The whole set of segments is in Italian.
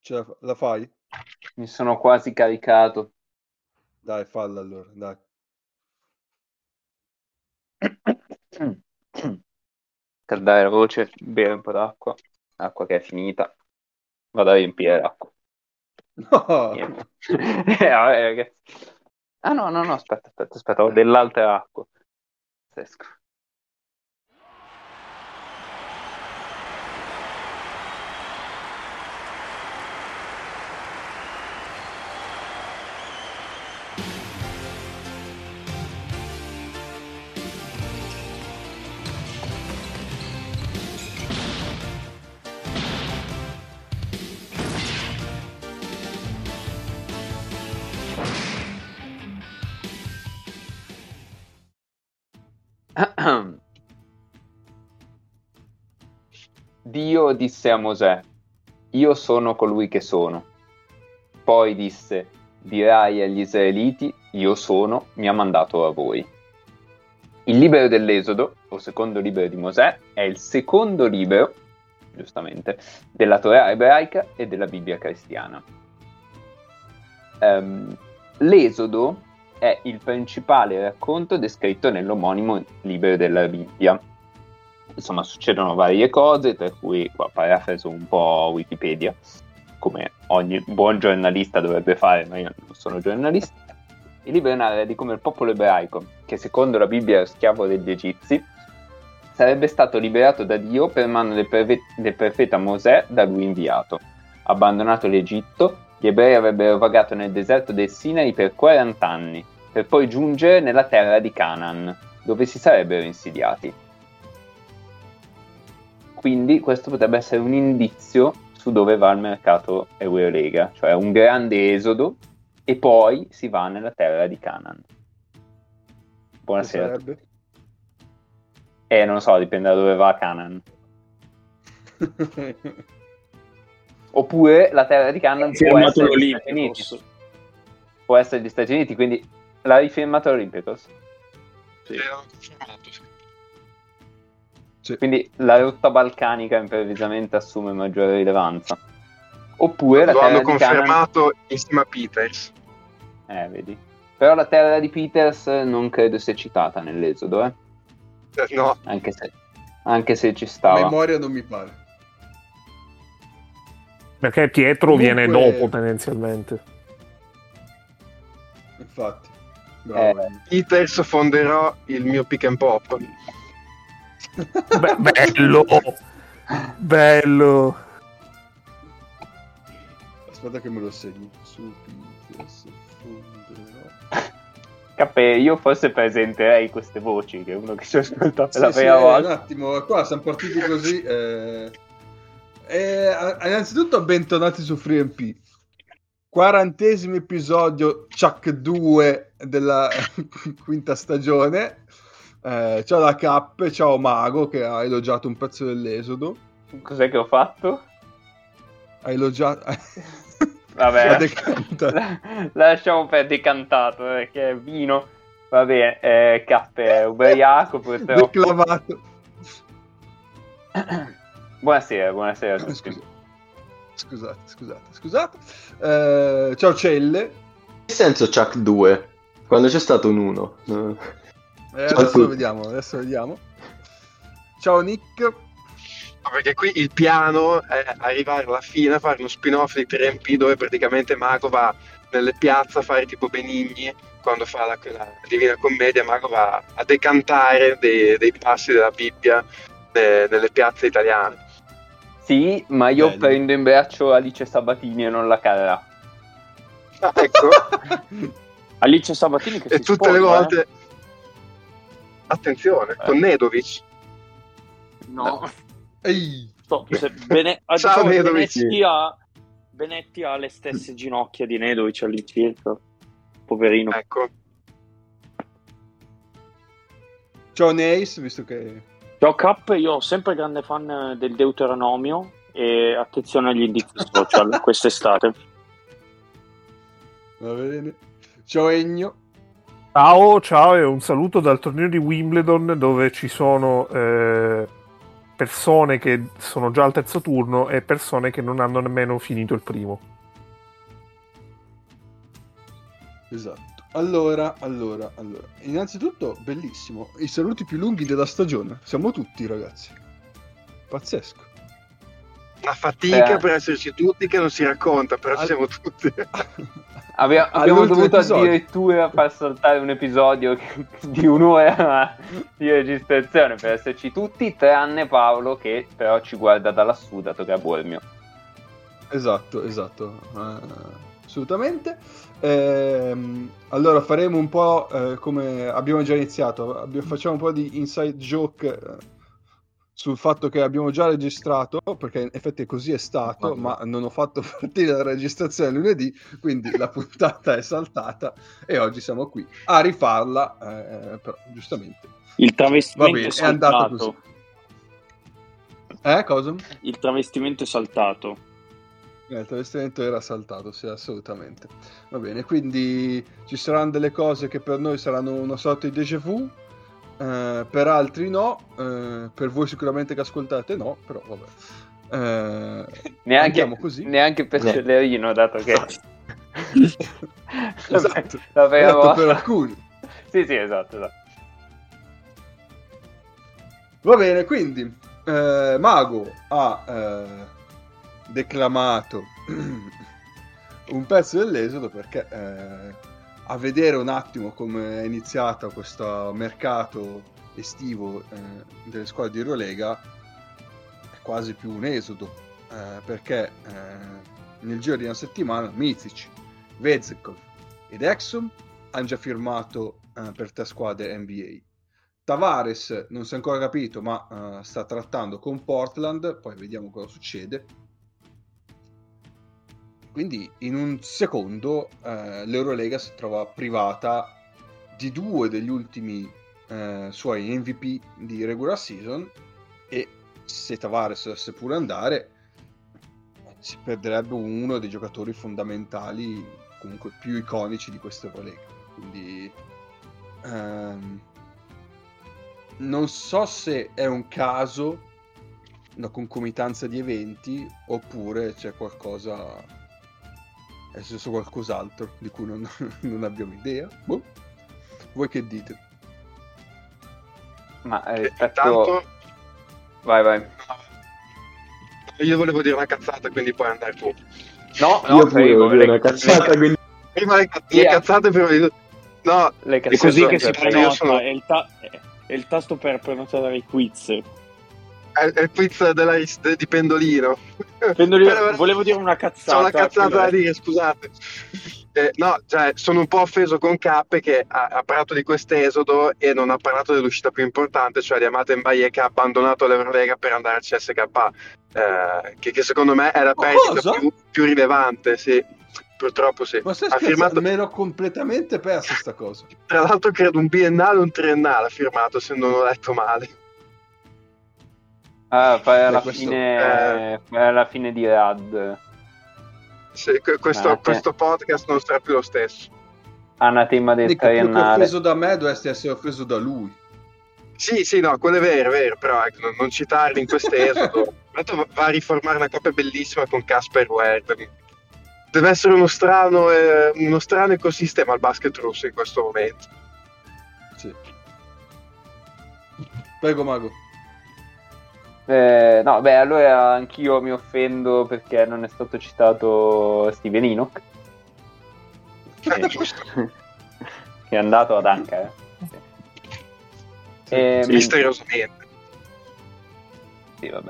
La fai? Mi sono quasi caricato. Dai, falla allora, dai. Scaldare la voce, bere un po' d'acqua. Acqua che è finita. Vado a riempire l'acqua. No! Vabbè, ragazzi. Ah no, aspetta, ho dell'altra acqua. Pazzesco. Dio disse a Mosè: io sono colui che sono. Poi disse: dirai agli Israeliti: io sono, mi ha mandato a voi. Il libro dell'Esodo, o secondo libro di Mosè, è il secondo libro, giustamente, della Torah ebraica e della Bibbia cristiana. L'Esodo è il principale racconto descritto nell'omonimo libro della Bibbia. Insomma, succedono varie cose, tra cui, qua parafraso un po' Wikipedia, come ogni buon giornalista dovrebbe fare, ma io non sono giornalista. Il libro narra di come il popolo ebraico, che secondo la Bibbia era schiavo degli egizi, sarebbe stato liberato da Dio per mano del profeta Mosè da lui inviato. Abbandonato l'Egitto, gli ebrei avrebbero vagato nel deserto del Sinai per 40 anni, per poi giungere nella terra di Canaan, dove si sarebbero insediati. Quindi questo potrebbe essere un indizio su dove va il mercato Eurolega, cioè un grande esodo e poi si va nella terra di Canaan. Buonasera a tutti. Non lo so, dipende da dove va Canaan. Oppure la terra di Canaan può essere gli Stati Uniti. Può essere gli Stati Uniti, quindi l'ha rifirmato l'Olympicos. Sì, l'ho confermato, sì. Quindi la rotta balcanica improvvisamente assume maggiore rilevanza. Oppure lo la terra hanno di confermato Canaan... insieme a Peters. Vedi. Però la terra di Peters non credo sia citata nell'Esodo, No. Anche se ci stava. A memoria non mi pare. Perché Pietro viene dopo tendenzialmente. Infatti. Bravo. Peters fonderò il mio pick and pop. Bello. Aspetta che me lo segni. Su Peters fonderò. Cappe, io forse presenterei queste voci, che è uno che si è ascoltato la prima volta. Un attimo, qua siamo partiti così. Innanzitutto bentornati su FreeMP. 40° episodio, Chuck 2 della quinta stagione. Ciao da Cappe, ciao Mago che ha elogiato un pezzo dell'Esodo. Cos'è che ho fatto? Ha elogiato... Vabbè, lasciamo per decantato perché è vino. Va bene, Cappe è ubriaco purtroppo. Declamato. Buonasera a tutti. Scusate. Ciao Celle. Che senso Chuck 2? Quando c'è stato un 1? Adesso lo vediamo. Ciao Nick. Perché qui il piano è arrivare alla fine a fare uno spin-off di 3MP dove praticamente Mago va nelle piazze a fare tipo Benigni quando fa la Divina Commedia. Mago va a decantare dei passi della Bibbia nelle piazze italiane. Sì, ma io prendo in braccio Alice Sabatini e non la Carrà. Ecco. Alice Sabatini che e si tutte sposa, le volte attenzione, con Nedovic. No. Ehi. Ciao Benetti ha le stesse ginocchia di Nedovic all'incirca, poverino. Ecco. Ciao Neis, visto che... Ciao Cap, io sempre grande fan del Deuteronomio e attenzione agli indizi social quest'estate. Va bene. Ciao Egno. Ciao e un saluto dal torneo di Wimbledon dove ci sono persone che sono già al terzo turno e persone che non hanno nemmeno finito il primo. Esatto. Allora. Innanzitutto, bellissimo. I saluti più lunghi della stagione. Siamo tutti, ragazzi. Pazzesco. Una fatica per esserci tutti che non si racconta, però ci siamo tutti. Abbiamo dovuto episodio. addirittura far saltare un episodio di un'ora di registrazione per esserci tutti, tranne Paolo, che però ci guarda da lassù, dato che è a Bormio. Esatto. Assolutamente. Allora faremo un po' come abbiamo già iniziato. Facciamo un po' di inside joke sul fatto che abbiamo già registrato, perché in effetti così è stato, ma non ho fatto partire la registrazione lunedì, quindi la puntata è saltata e oggi siamo qui a rifarla, però giustamente Il travestimento va bene, è è andata saltato. così. Cosa? Il travestimento è saltato. Il travestimento era saltato, sì, assolutamente. Va bene, quindi ci saranno delle cose che per noi saranno una sorta di déjà vu, per altri no, per voi sicuramente che ascoltate no, però vabbè. Andiamo così. Neanche per Celerino, dato che Esatto, la prima detto volta. per alcuni. Sì, esatto. Va bene, quindi Mago ha declamato un pezzo dell'Esodo perché a vedere un attimo come è iniziato questo mercato estivo delle squadre di Eurolega è quasi più un esodo, perché nel giro di una settimana Micic, Vezekov ed Exum hanno già firmato per 3 squadre NBA. Tavares non si è ancora capito, ma sta trattando con Portland, poi vediamo cosa succede. Quindi in un secondo l'Eurolega si trova privata di 2 degli ultimi suoi MVP di regular season, e se Tavares dovesse pure andare si perderebbe uno dei giocatori fondamentali, comunque più iconici di questa Eurolega. Quindi non so se è un caso, una concomitanza di eventi, oppure c'è qualcosa, è successo qualcos'altro di cui non abbiamo idea. Boh. Voi che dite? Ma Intanto, vai. io volevo dire una cazzata, quindi puoi andare tu. No, Io pure volevo dire una cazzata, quindi Prima le cazzate, prima di... No, le È così che si cazzate. prenota, è il tasto per prenotare i quiz. è il quiz di Pendolino. Volevo dire una cazzata. C'ho una cazzata da dire, scusate. No, cioè, sono un po' offeso con Cappe che ha parlato di quest'esodo e non ha parlato dell'uscita più importante, cioè di Amate Mbaye, che ha abbandonato l'Eurolega per andare al CSKA, che secondo me è la perdita più rilevante, sì. Purtroppo sì. Ma stai Ha firmato, me l'ho completamente persa sta cosa. tra l'altro credo un biennale o un triennale ha firmato, se non ho letto male. Fai alla questo- fine di Rad. Sì, questo podcast non sarà più lo stesso. Anatema del Nick, più che triennale. offeso da me dovresti essere offeso da lui. Sì, no, quello è vero, però ecco, non citarli in quest'esodo. Tanto va a riformare una coppia bellissima con Casper Webb. Deve essere uno strano ecosistema al basket russo in questo momento. Sì. Prego, Mago. No, beh, allora anch'io mi offendo perché non è stato citato Steven Enoch, che è andato ad Ankara. Misteriosamente. Sì, vabbè.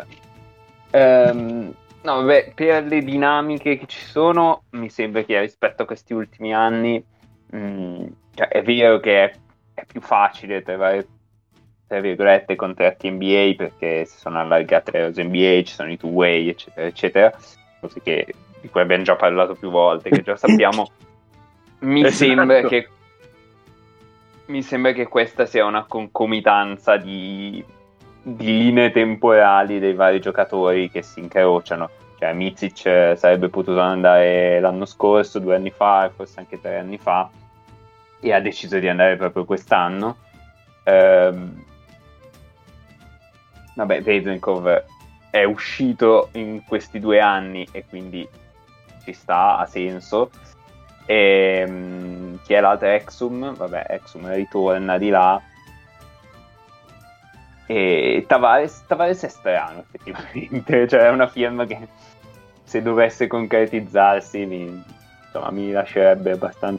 No, vabbè, per le dinamiche che ci sono, mi sembra che rispetto a questi ultimi anni, cioè, è vero che è più facile trovare, tra virgolette, contratti NBA perché si sono allargate le rose NBA, ci sono i two-way, eccetera, eccetera, cose di cui abbiamo già parlato più volte, che già sappiamo. Mi sembra che questa sia una concomitanza di linee temporali dei vari giocatori che si incrociano. Cioè Micic sarebbe potuto andare l'anno scorso, 2 anni fa, forse anche 3 anni fa, e ha deciso di andare proprio quest'anno. vabbè, Vezenkov è uscito in questi 2 anni e quindi ci sta, ha senso. E chi è l'altro? Exum, vabbè, Exum ritorna di là. E Tavares è strano effettivamente, cioè è una firma che se dovesse concretizzarsi mi lascerebbe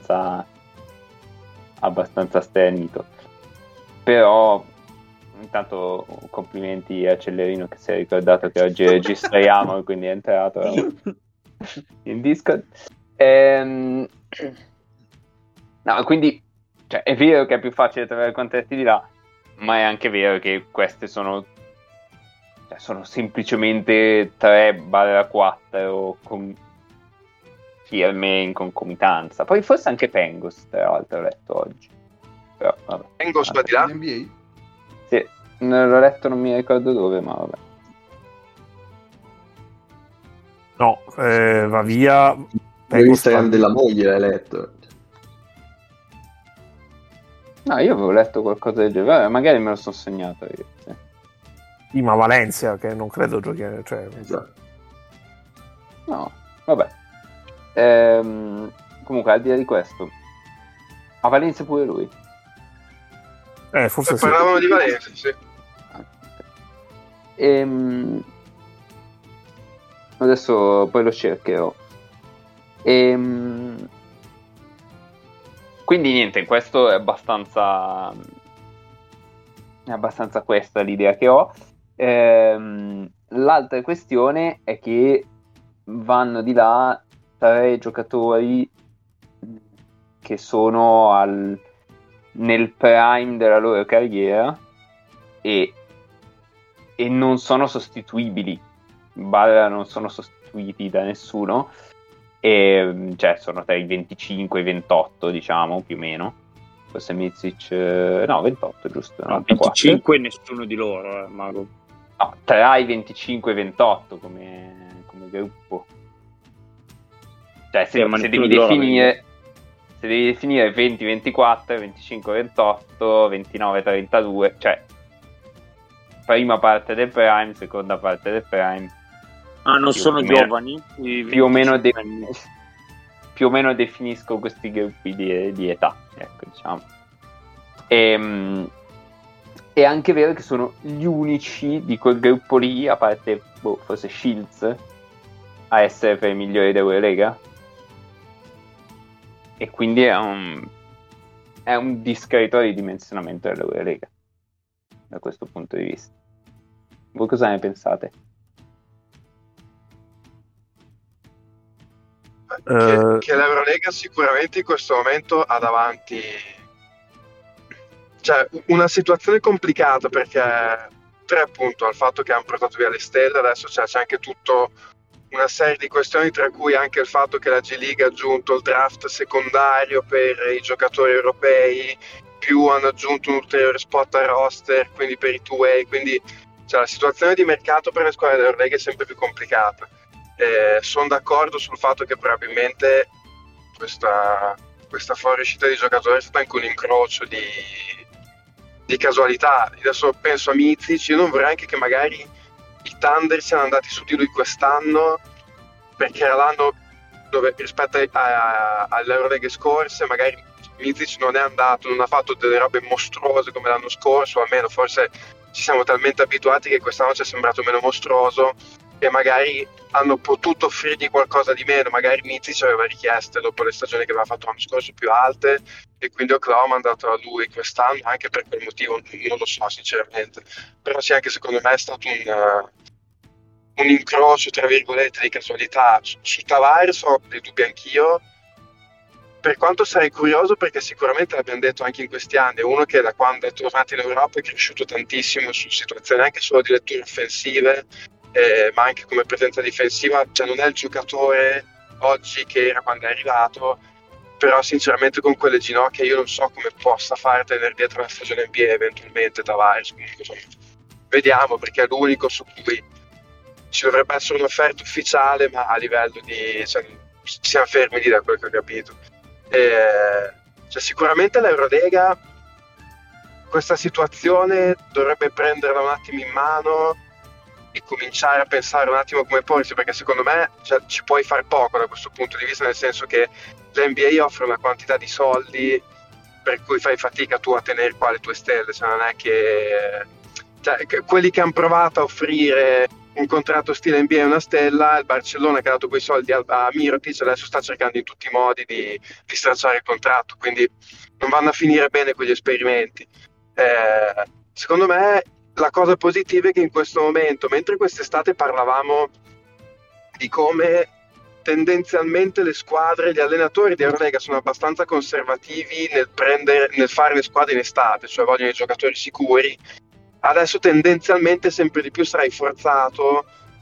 abbastanza stranito. Però intanto complimenti a Cellerino che si è ricordato che oggi registriamo, quindi è entrato in Discord. No, quindi cioè, è vero che è più facile trovare contratti di là, ma è anche vero che queste sono semplicemente 3/4 con firme in concomitanza. Poi forse anche Pengos, tra l'altro, ho letto oggi. Però, vabbè. Pengos va di là? NBA? Sì, l'ho letto, non mi ricordo dove, ma vabbè. No, va via. L'Instagram della moglie l'hai letto. No, io avevo letto qualcosa del genere, vabbè, magari me lo sono segnato io. Sì, ma Valencia, che non credo giochi, cioè... Esatto. No, vabbè. Comunque, al di là di questo, a Valencia pure lui? Forse sì. Parlavano di Valencia, sì. Adesso poi lo cercherò. Quindi niente, questo è abbastanza questa l'idea che ho. L'altra questione è che vanno di là 3 giocatori che sono nel prime della loro carriera e non sono sostituibili, non sono sostituiti da nessuno, e cioè sono tra i 25 e i 28, diciamo, più o meno. Forse Mizic, no, 28 giusto, no, 25 nessuno di loro, Mago. No, tra i 25 e i 28 come gruppo. Cioè se devi definire 20, 24, 25, 28, 29, 32, cioè prima parte del prime, seconda parte del prime. Non sono giovani? Più o meno definisco questi gruppi di età, ecco, diciamo. È anche vero che sono gli unici di quel gruppo lì, a parte forse Shields, a essere per i migliori dell'Eurolega. E quindi è un discreto ridimensionamento dell'Eurolega da questo punto di vista. Voi cosa ne pensate? Che l'Eurolega sicuramente in questo momento ha davanti, cioè, una situazione complicata, perché 3 appunto al fatto che hanno portato via le stelle, adesso c'è anche tutto una serie di questioni, tra cui anche il fatto che la G-League ha aggiunto il draft secondario per i giocatori europei, più hanno aggiunto un ulteriore spot al roster, quindi per i two-way, quindi cioè, la situazione di mercato per le squadre dell'Eurolega è sempre più complicata. Sono d'accordo sul fatto che probabilmente questa fuoriuscita di giocatori è stata anche un incrocio di casualità. Adesso penso a Mizic, io non vorrei anche che magari i Thunder siano andati su di lui quest'anno, perché era l'anno dove rispetto alle Euroleghe scorse magari Mizic non è andato, non ha fatto delle robe mostruose come l'anno scorso, o almeno forse ci siamo talmente abituati che quest'anno ci è sembrato meno mostruoso e magari hanno potuto offrirgli qualcosa di meno. Magari Mizic aveva richieste dopo le stagioni che aveva fatto l'anno scorso più alte e quindi Oklahoma è andato a lui quest'anno anche per quel motivo, non lo so sinceramente, però sì, anche secondo me è stato un incrocio tra virgolette di casualità. Su Tavares ho dei dubbi anch'io, per quanto sarei curioso, perché sicuramente l'abbiamo detto anche in questi anni, è uno che da quando è tornato in Europa è cresciuto tantissimo su situazioni anche solo di letture offensive, ma anche come presenza difensiva, cioè non è il giocatore oggi che era quando è arrivato, però sinceramente con quelle ginocchia io non so come possa fare tenere dietro la stagione NBA eventualmente Tavares. Comunque, vediamo, perché è l'unico su cui ci dovrebbe essere un'offerta ufficiale, ma a livello di siamo fermi lì da quello che ho capito. Cioè, sicuramente l'Eurolega questa situazione dovrebbe prenderla un attimo in mano e cominciare a pensare un attimo come porsi, perché secondo me ci puoi fare poco da questo punto di vista, nel senso che l'NBA offre una quantità di soldi per cui fai fatica tu a tenere qua le tue stelle, cioè non è che quelli che hanno provato a offrire un contratto stile NBA a una stella, il Barcellona che ha dato quei soldi a Mirotic adesso sta cercando in tutti i modi di stracciare il contratto, quindi non vanno a finire bene quegli esperimenti. Secondo me la cosa positiva è che in questo momento, mentre quest'estate parlavamo di come tendenzialmente le squadre, gli allenatori di Eurolega sono abbastanza conservativi nel fare le squadre in estate, cioè vogliono i giocatori sicuri, adesso tendenzialmente sempre di più sarai forzato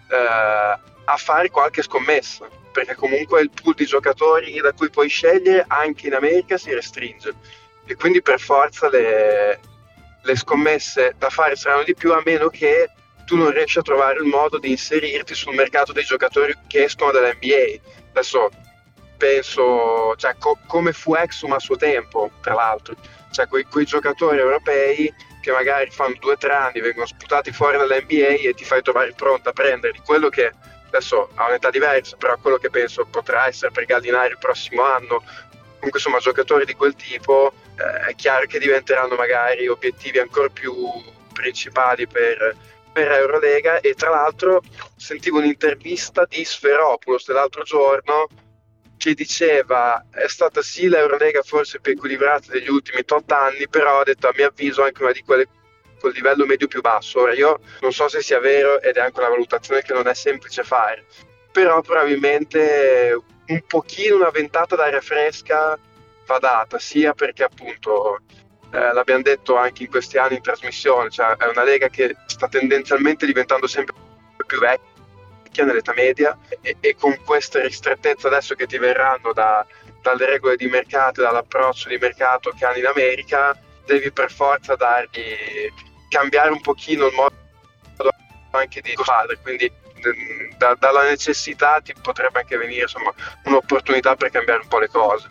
a fare qualche scommessa, perché comunque il pool di giocatori da cui puoi scegliere anche in America si restringe e quindi per forza le scommesse da fare saranno di più, a meno che tu non riesci a trovare il modo di inserirti sul mercato dei giocatori che escono dall'NBA. Adesso penso, cioè, come fu Exum a suo tempo, tra l'altro, cioè quei giocatori europei che magari fanno 2 o 3 anni, vengono sputati fuori dall'NBA e ti fai trovare pronto a prenderli. Quello che adesso ha un'età diversa, però quello che penso potrà essere per Gallinari il prossimo anno, comunque insomma giocatori di quel tipo, è chiaro che diventeranno magari obiettivi ancora più principali per Eurolega. E tra l'altro sentivo un'intervista di Sferopoulos l'altro giorno che diceva è stata sì l'Eurolega forse più equilibrata degli ultimi 8 anni, però ha detto a mio avviso anche una di quelle col livello medio più basso. Ora io non so se sia vero ed è anche una valutazione che non è semplice fare, però probabilmente un pochino una ventata d'aria fresca va data, sia perché appunto l'abbiamo detto anche in questi anni in trasmissione, cioè è una lega che sta tendenzialmente diventando sempre più vecchia nell'età media e con queste ristrettezze adesso che ti verranno dalle regole di mercato e dall'approccio di mercato che hanno in America, devi per forza cambiare un pochino il modo anche di fare, quindi dalla necessità ti potrebbe anche venire insomma un'opportunità per cambiare un po' le cose.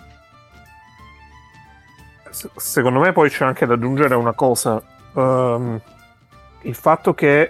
Secondo me poi c'è anche da aggiungere una cosa, il fatto che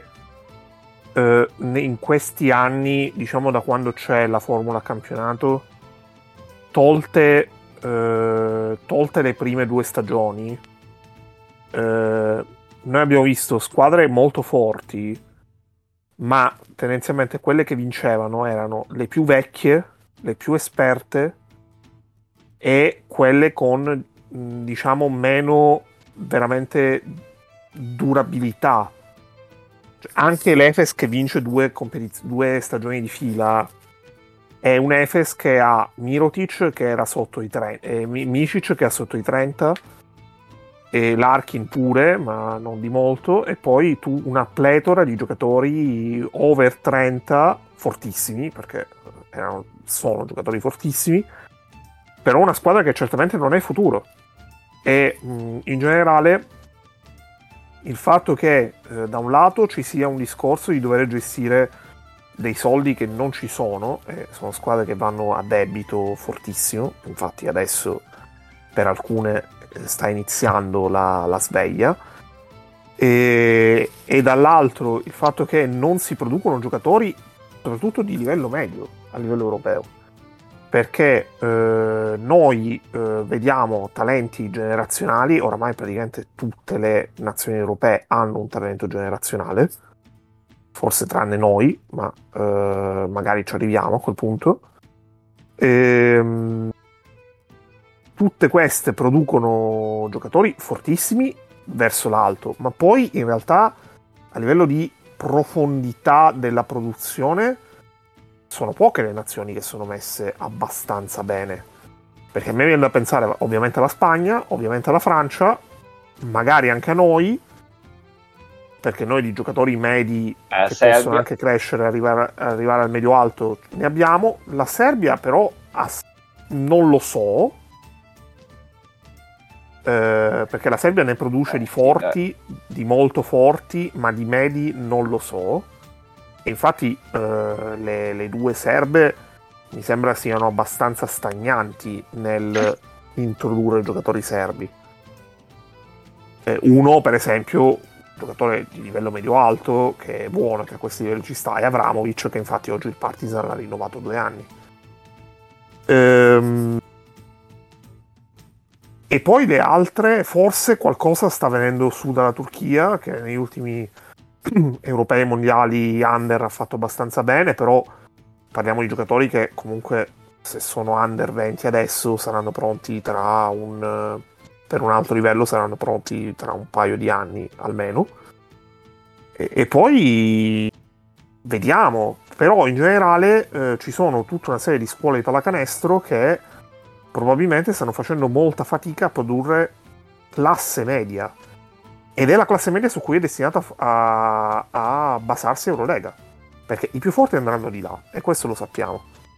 in questi anni, diciamo da quando c'è la formula campionato, tolte le prime 2 stagioni, noi abbiamo visto squadre molto forti, ma tendenzialmente quelle che vincevano erano le più vecchie, le più esperte e quelle con diciamo meno veramente durabilità. Cioè, anche l'Efes che vince 2 stagioni di fila è un Efes che ha Mirotic che era sotto i 30, Micic che è sotto i 30 e Larkin pure, ma non di molto, e poi una pletora di giocatori over 30 fortissimi, perché sono giocatori fortissimi, però una squadra che certamente non è futuro. E in generale il fatto che da un lato ci sia un discorso di dover gestire dei soldi che non ci sono, sono squadre che vanno a debito fortissimo, infatti adesso per alcune sta iniziando la sveglia, e dall'altro il fatto che non si producono giocatori soprattutto di livello medio a livello europeo, perché noi vediamo talenti generazionali, oramai praticamente tutte le nazioni europee hanno un talento generazionale, forse tranne noi, ma magari ci arriviamo a quel punto. Tutte queste producono giocatori fortissimi verso l'alto, ma poi in realtà a livello di profondità della produzione sono poche le nazioni che sono messe abbastanza bene, perché a me viene da pensare ovviamente alla Spagna, ovviamente alla Francia, magari anche a noi, perché noi di giocatori medi che possono anche crescere e arrivare al medio alto ne abbiamo. La Serbia però non lo so, perché la Serbia ne produce di forti, di molto forti, ma di medi non lo so. E infatti le 2 serbe mi sembra siano abbastanza stagnanti nel introdurre giocatori serbi. Uno, per esempio, giocatore di livello medio-alto, che è buono, che a questi livelli ci sta, è Avramovic, che infatti oggi il Partizan l'ha rinnovato 2 anni. E poi le altre, forse qualcosa sta venendo su dalla Turchia, che negli ultimi europei mondiali under ha fatto abbastanza bene, però parliamo di giocatori che comunque, se sono under 20 adesso, saranno pronti per un alto livello, saranno pronti tra un paio di anni almeno. E poi vediamo, però in generale ci sono tutta una serie di scuole di pallacanestro che probabilmente stanno facendo molta fatica a produrre classe media, ed è la classe media su cui è destinata a basarsi Eurolega, perché i più forti andranno di là, e questo lo sappiamo.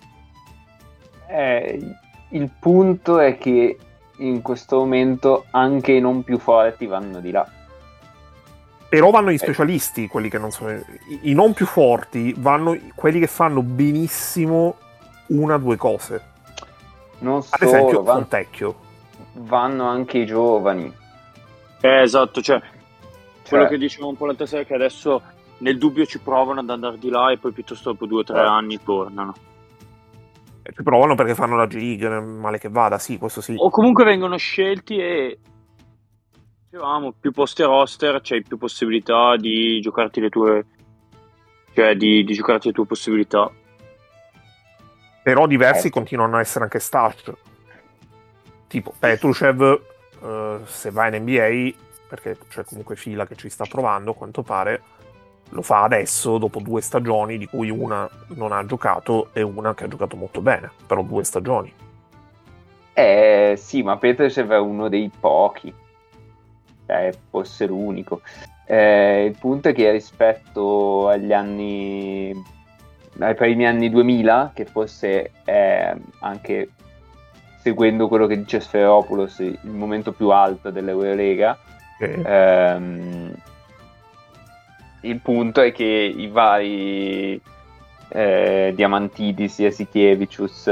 Il punto è che in questo momento anche i non più forti vanno di là. Però vanno gli specialisti, quelli che non sono i non più forti, vanno quelli che fanno benissimo una o due cose. Non ad esempio solo, Fontecchio. Vanno anche i giovani. Esatto, cioè quello che diceva un po' l'altra sera, che adesso nel dubbio ci provano ad andare di là e poi piuttosto dopo 2 o 3 anni tornano. Ci provano perché fanno la G-League, male che vada, sì, questo sì. O comunque vengono scelti e dicevamo, più posti a roster, c'hai più possibilità di giocarti le tue, cioè di giocarti le tue possibilità. Però diversi continuano a essere anche stash. Tipo Petrušev, se va in NBA, perché c'è comunque Fila che ci sta provando, a quanto pare, lo fa adesso, dopo 2 stagioni, di cui una non ha giocato e una che ha giocato molto bene, però 2 stagioni. Sì, ma Petrušev è uno dei pochi. Forse l'unico. Il punto è che rispetto agli anni, ai primi anni 2000, che forse è anche, seguendo quello che dice Sferopoulos, il momento più alto dell'Eurolega, il punto è che i vari Diamantidis, Jasikevičius,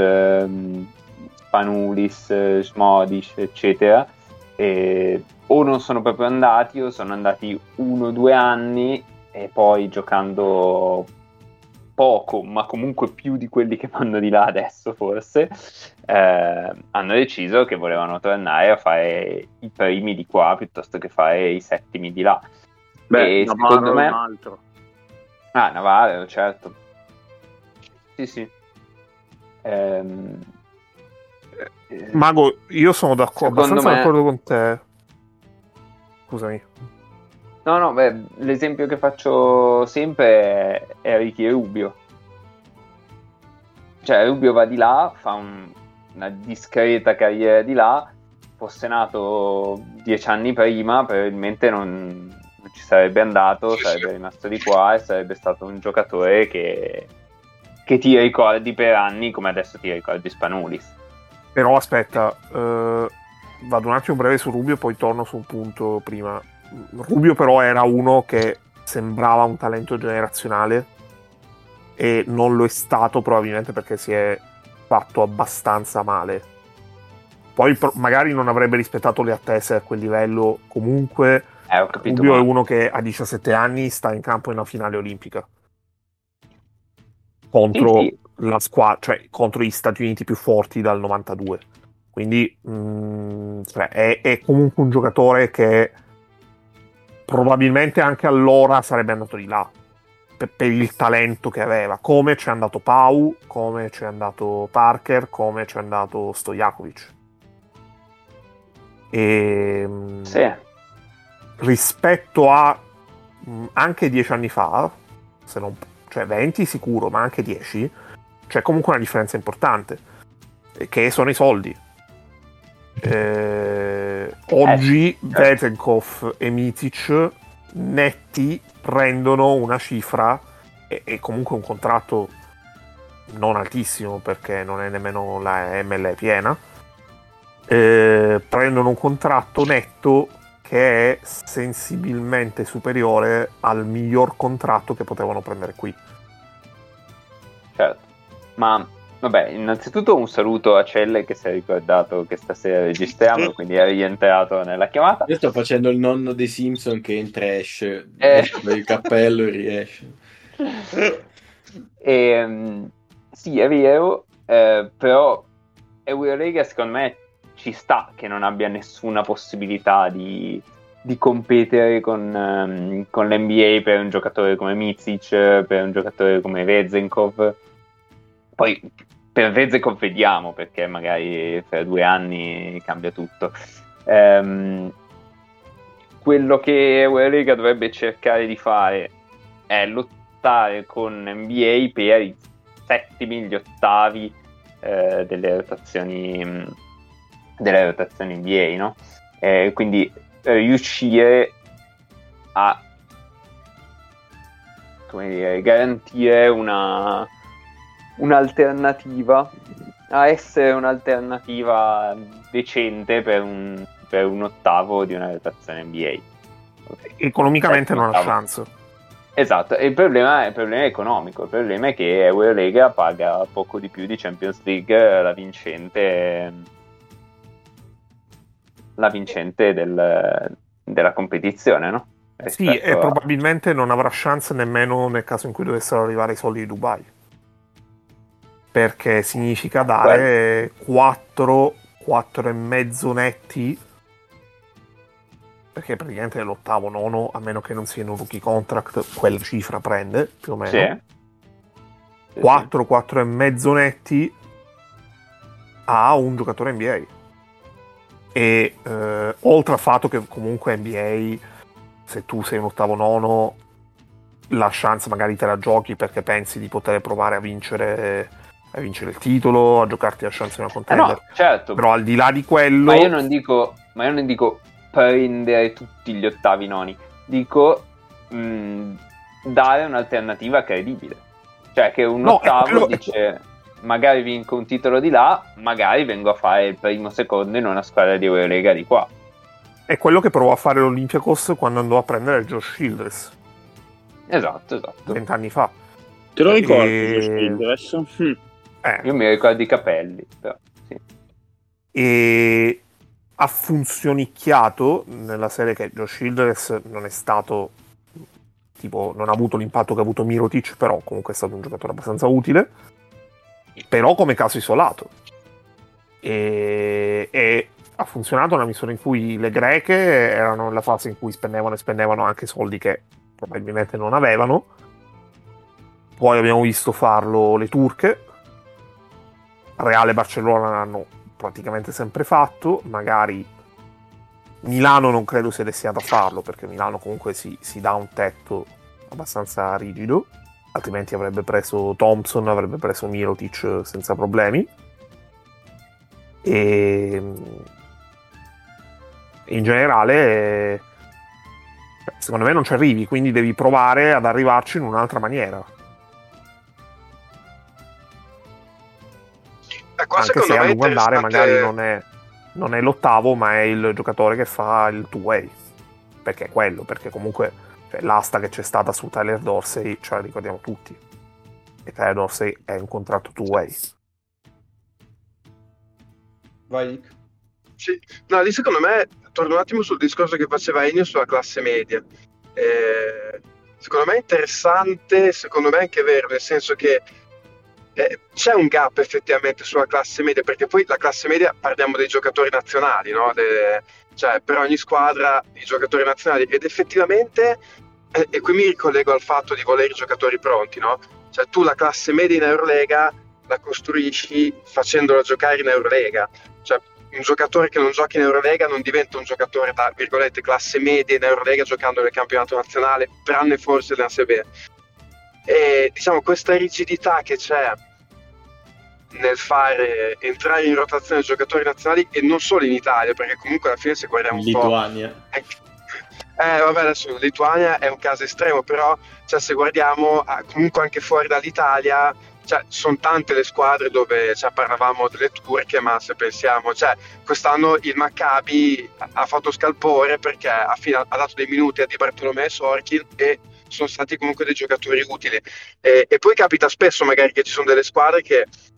Panulis, Smodic, eccetera, o non sono proprio andati, o sono andati 1 o 2 anni e poi, giocando poco, ma comunque più di quelli che vanno di là adesso forse, hanno deciso che volevano tornare a fare i primi di qua piuttosto che fare i settimi di là. Beh, secondo me un altro. Navarro, certo, sì. Mago, io sono abbastanza d'accordo con te. Scusami. No, l'esempio che faccio sempre è Ricky Rubio. Cioè, Rubio va di là, fa una discreta carriera di là. Fosse nato 10 anni prima, probabilmente non ci sarebbe andato, sarebbe rimasto di qua e sarebbe stato un giocatore che ti ricordi per anni, come adesso ti ricordi Spanulis. Però aspetta, vado un attimo breve su Rubio, poi torno su un punto prima. Rubio però era uno che sembrava un talento generazionale e non lo è stato, probabilmente perché si è fatto abbastanza male. Poi magari non avrebbe rispettato le attese a quel livello. Comunque Ho capito, Rubio è uno che a 17 anni sta in campo in una finale olimpica contro la squadra, cioè contro gli Stati Uniti più forti dal 92. Quindi è comunque un giocatore che probabilmente anche allora sarebbe andato di là per il talento che aveva, come c'è andato Pau, come c'è andato Parker, come c'è andato Stojakovic. Rispetto a anche 10 anni fa, se non, cioè 20 sicuro, ma anche 10, c'è comunque una differenza importante, che sono i soldi. Oggi Vezenkov e Micic netti prendono una cifra e comunque un contratto non altissimo, perché non è nemmeno la ML piena, prendono un contratto netto che è sensibilmente superiore al miglior contratto che potevano prendere qui. Certo, ma Vabbè, innanzitutto un saluto a Celle che si è ricordato che stasera registriamo, quindi è rientrato nella chiamata. Io sto facendo il nonno dei Simpson che entra e esce, per il cappello e riesce. Sì, è vero, però Eurolega secondo me ci sta che non abbia nessuna possibilità di competere con l'NBA per un giocatore come Micic, per un giocatore come Vezenkov. Poi per Vezenkov vediamo, perché magari fra 2 anni cambia tutto. Quello che Eurolega dovrebbe cercare di fare è lottare con NBA per i settimi, gli ottavi delle rotazioni NBA, no? Quindi riuscire a, come dire, garantire un'alternativa, a essere un'alternativa decente per un ottavo di una rotazione NBA. Economicamente non ha chance. Esatto, e il problema è economico. Il problema è che Eurolega paga poco di più di Champions League la vincente della competizione, no? Sì, e probabilmente non avrà chance nemmeno nel caso in cui dovessero arrivare i soldi di Dubai, perché significa dare 4,5 netti, perché praticamente l'ottavo, nono, a meno che non sia in un rookie contract, quella cifra prende più o meno. Sì. 4,5 netti a un giocatore NBA. E oltre al fatto che comunque NBA, se tu sei un ottavo, nono, la chance magari te la giochi perché pensi di poter provare a vincere il titolo, a giocarti la chance di una contender. No, certo. Però al di là di quello, ma io non dico prendere tutti gli ottavi, noni, dico dare un'alternativa credibile, cioè che un ottavo dice magari vinco un titolo di là, magari vengo a fare il primo, secondo in una squadra di Eurolega di qua. È quello che provò a fare l'Olympiacos quando andò a prendere Josh Childress. Esatto. 20 anni fa. Te lo ricordi Josh Childress? Io mi ricordo i capelli, però, sì. E ha funzionicchiato nella serie che Josh Childress non è stato, tipo, non ha avuto l'impatto che ha avuto Mirotic, però comunque è stato un giocatore abbastanza utile, però come caso isolato. E ha funzionato nella misura in cui le greche erano nella fase in cui spendevano anche soldi che probabilmente non avevano. Poi abbiamo visto farlo le turche. Real e Barcellona l'hanno praticamente sempre fatto. Magari Milano non credo sia destinata a farlo, perché Milano comunque si dà un tetto abbastanza rigido, altrimenti avrebbe preso Thompson, avrebbe preso Mirotic senza problemi. E in generale secondo me non ci arrivi, quindi devi provare ad arrivarci in un'altra maniera. Anche se a lungo andare magari non è l'ottavo, ma è il giocatore che fa il two-way, perché è quello, perché comunque l'asta che c'è stata su Tyler Dorsey ce la ricordiamo tutti, e Tyler Dorsey è un contratto two-way. Vai. Sì. No, lì secondo me torno un attimo sul discorso che faceva Ennio sulla classe media. Secondo me è interessante, secondo me è anche vero, nel senso che c'è un gap effettivamente sulla classe media, perché poi la classe media parliamo dei giocatori nazionali, no? Cioè per ogni squadra i giocatori nazionali, ed effettivamente e qui mi ricollego al fatto di volere i giocatori pronti, no? Cioè tu la classe media in Eurolega la costruisci facendola giocare in Eurolega, cioè un giocatore che non gioca in Eurolega non diventa un giocatore da, virgolette, classe media in Eurolega giocando nel campionato nazionale, tranne forse l'ACB. E diciamo questa rigidità che c'è nel fare entrare in rotazione i giocatori nazionali, e non solo in Italia, perché comunque alla fine se guardiamo un Lituania. Vabbè, adesso Lituania è un caso estremo, però cioè, se guardiamo comunque anche fuori dall'Italia, cioè, sono tante le squadre dove parlavamo delle turche, ma se pensiamo, quest'anno il Maccabi ha fatto scalpore perché ha dato dei minuti a Di Bartolomeo e Sorkin, e sono stati comunque dei giocatori utili. E poi capita spesso magari che ci sono delle squadre che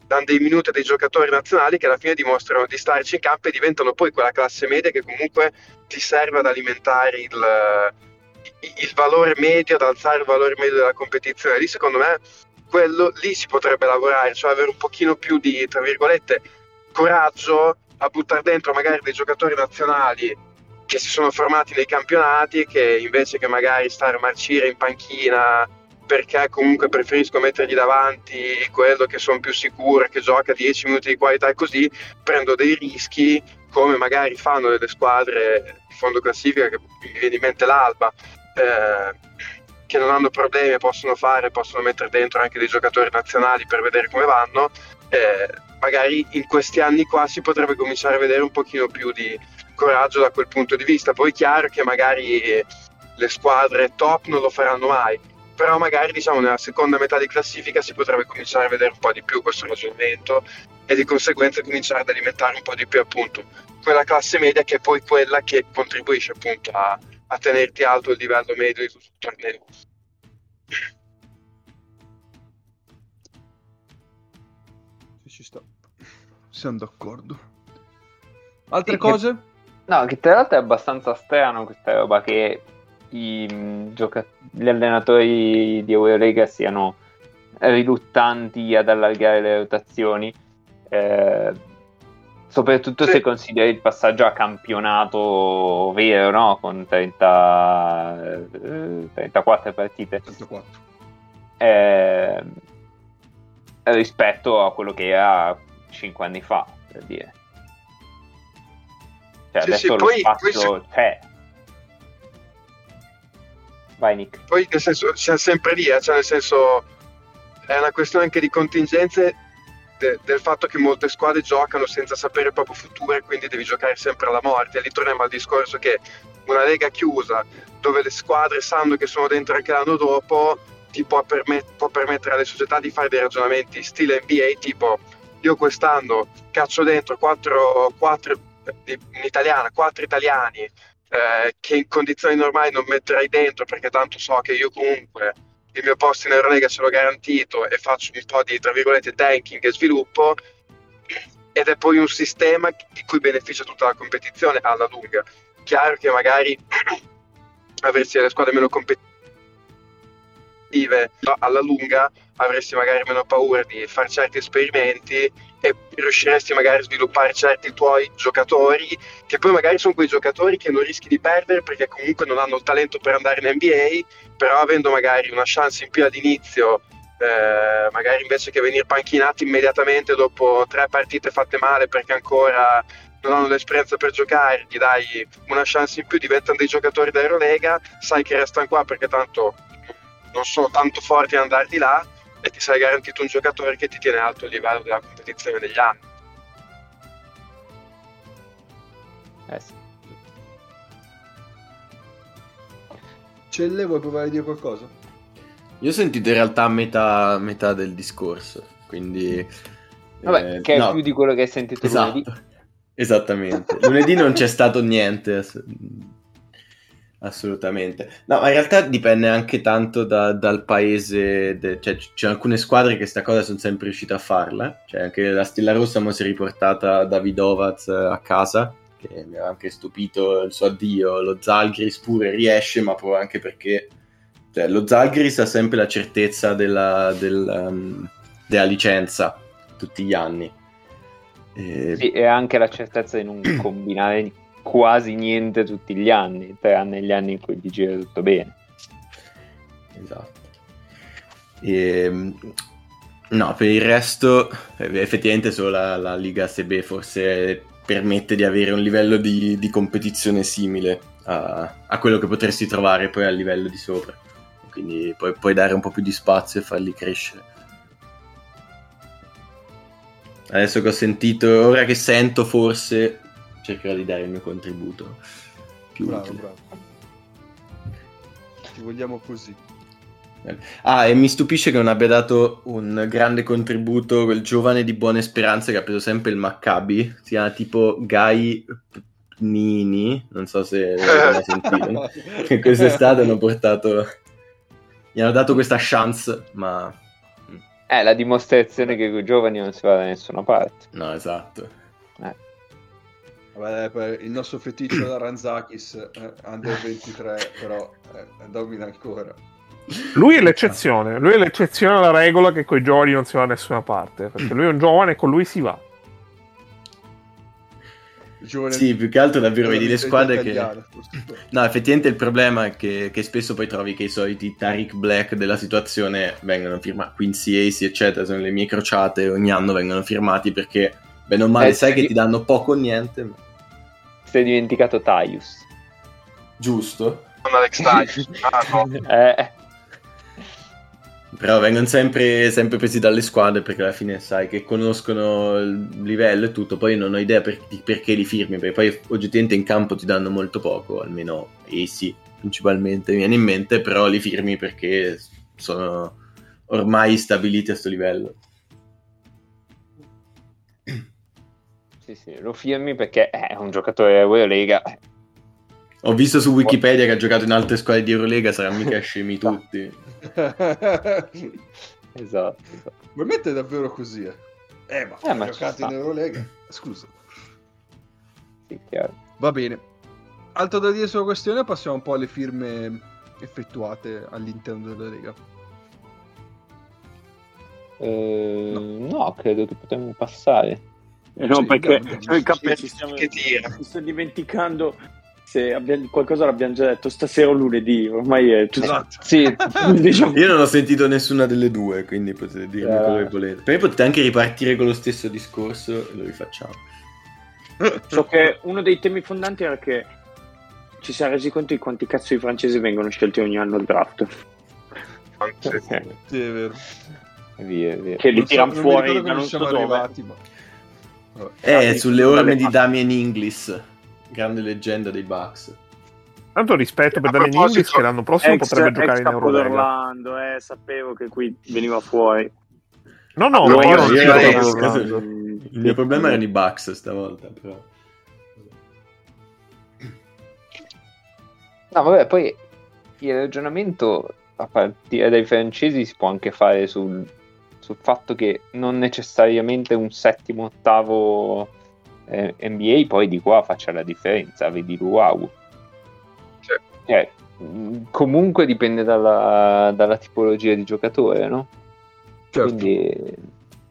danno dei minuti a dei giocatori nazionali che alla fine dimostrano di starci in campo e diventano poi quella classe media che comunque ti serve ad alimentare il valore medio, ad alzare il valore medio della competizione. Lì secondo me quello lì si potrebbe lavorare, cioè avere un pochino più di, tra virgolette, coraggio a buttare dentro magari dei giocatori nazionali che si sono formati nei campionati, che invece che magari stare a marcire in panchina, perché comunque preferisco mettergli davanti quello che sono più sicuro, che gioca 10 minuti di qualità e così, prendo dei rischi come magari fanno delle squadre di fondo classifica, che mi viene in mente l'Alba, che non hanno problemi, possono mettere dentro anche dei giocatori nazionali per vedere come vanno. Magari in questi anni qua si potrebbe cominciare a vedere un pochino più di coraggio da quel punto di vista. Poi è chiaro che magari le squadre top non lo faranno mai, però magari diciamo nella seconda metà di classifica si potrebbe cominciare a vedere un po' di più questo ragionamento e di conseguenza cominciare ad alimentare un po' di più appunto quella classe media che è poi quella che contribuisce appunto a tenerti alto il livello medio di tutto il torneo. Ci sta, siamo d'accordo. Altre cose? No, che tra l'altro è abbastanza strano questa roba che gli allenatori di Eurolega siano riluttanti ad allargare le rotazioni, soprattutto se consideri il passaggio a campionato vero, no? Con 34 partite 34. Rispetto a quello che era 5 anni fa, per dire. Cioè, sì, adesso lo spazio c'è. Vai Nick. Poi nel senso siamo sempre lì, cioè nel senso è una questione anche di contingenze del fatto che molte squadre giocano senza sapere il proprio futuro e quindi devi giocare sempre alla morte. E lì torniamo al discorso che una lega chiusa dove le squadre sanno che sono dentro anche l'anno dopo ti può permettere alle società di fare dei ragionamenti stile NBA, tipo io quest'anno caccio dentro 4 italiani che in condizioni normali non metterei dentro perché tanto so che io comunque il mio posto in Eurolega ce l'ho garantito e faccio un po' di, tra virgolette, tanking e sviluppo, ed è poi un sistema di cui beneficia tutta la competizione alla lunga. Chiaro che magari avresti delle squadre meno competitive, alla lunga avresti magari meno paura di fare certi esperimenti e riusciresti magari a sviluppare certi tuoi giocatori che poi magari sono quei giocatori che non rischi di perdere perché comunque non hanno il talento per andare in NBA, però avendo magari una chance in più all'inizio, magari invece che venire panchinati immediatamente dopo 3 partite fatte male perché ancora non hanno l'esperienza per giocare, gli dai una chance in più, diventano dei giocatori da Eurolega, sai che restano qua perché tanto non sono tanto forti ad andare di là e ti sei garantito un giocatore che ti tiene alto il livello della competizione negli anni. Sì. Celle, vuoi provare a dire qualcosa? Io ho sentito in realtà metà del discorso, quindi vabbè, che è più di quello che hai sentito lunedì. Esattamente. Lunedì non c'è stato niente, assolutamente. No, ma in realtà dipende anche tanto dal paese, cioè c'è alcune squadre che sta cosa sono sempre riuscite a farla, cioè anche la Stella Rossa mo si è riportata Davidovac a casa, che mi ha anche stupito il suo addio. Lo Zalgiris pure riesce, ma proprio anche perché cioè, lo Zalgiris ha sempre la certezza della licenza tutti gli anni. Sì, e anche la certezza di non combinare quasi niente tutti gli anni, tranne gli anni in cui gli gira tutto bene. Esatto. No, per il resto effettivamente solo la Liga ASB forse permette di avere un livello di competizione simile a quello che potresti trovare poi al livello di sopra, quindi puoi dare un po' più di spazio e farli crescere. Adesso che ho sentito, ora che sento, forse cercherò di dare il mio contributo più utile. Bravo. Ti vogliamo così. E mi stupisce che non abbia dato un grande contributo quel giovane di buone speranze che ha preso sempre il Maccabi, si chiama tipo Gai Nini, non so se l'avete sentito, che quest'estate gli hanno dato questa chance, ma È la dimostrazione che con i giovani non si va da nessuna parte. No, esatto. Vabbè, il nostro feticcio da Ranzakis, under 23, però domina ancora. Lui è l'eccezione alla regola che con i giovani non si va da nessuna parte, perché lui è un giovane e con lui si va. Sì, più che altro davvero vedi le squadre che... No, effettivamente il problema è che spesso poi trovi che i soliti Tariq Black della situazione vengono firmati, Quincy Ace eccetera, sono le mie crociate, ogni anno vengono firmati perché bene o male sai che ti danno poco o niente. Ma... Si è dimenticato Tyus. Giusto? Con Alex Tyus. No. Però vengono sempre presi dalle squadre perché alla fine sai che conoscono il livello e tutto, poi non ho idea perché li firmi, perché poi oggettivamente in campo ti danno molto poco, almeno AC principalmente mi viene in mente, però li firmi perché sono ormai stabiliti a sto livello. Sì, lo firmi perché è un giocatore di Eurolega. Ho visto su Wikipedia che ha giocato in altre squadre di Eurolega, saranno mica scemi tutti. Esatto. Probabilmente è davvero così. Ma ha giocato in Eurolega. Scusa. Sì, chiaro. Va bene. Altro da dire sulla questione, passiamo un po' alle firme effettuate all'interno della Lega. No, credo che potremmo passare. No, perché noi ci sto dimenticando se qualcosa l'abbiamo già detto stasera o lunedì, ormai è tutto. Esatto. Sì. Diciamo. Io non ho sentito nessuna delle due, quindi potete dirmi quello che volete. Poi potete anche ripartire con lo stesso discorso e lo rifacciamo. So che uno dei temi fondanti era che ci si è resi conto di quanti cazzo di francesi vengono scelti ogni anno al draft. Sì, è vero. Via. Che li tirano fuori da non siamo arrivati, ma... sulle orme di Damien Inglis, grande leggenda dei Bucks. Tanto rispetto per Damien Inglis che l'anno prossimo potrebbe giocare in Eurolega. Orlando, sapevo che qui veniva fuori. No, ma io non il mio problema erano i Bucks stavolta, però. No, vabbè, poi il ragionamento a partire dai francesi si può anche fare sul fatto che non necessariamente un settimo, ottavo NBA poi di qua faccia la differenza, vedi Luau. Comunque dipende dalla tipologia di giocatore, no? Certo. Quindi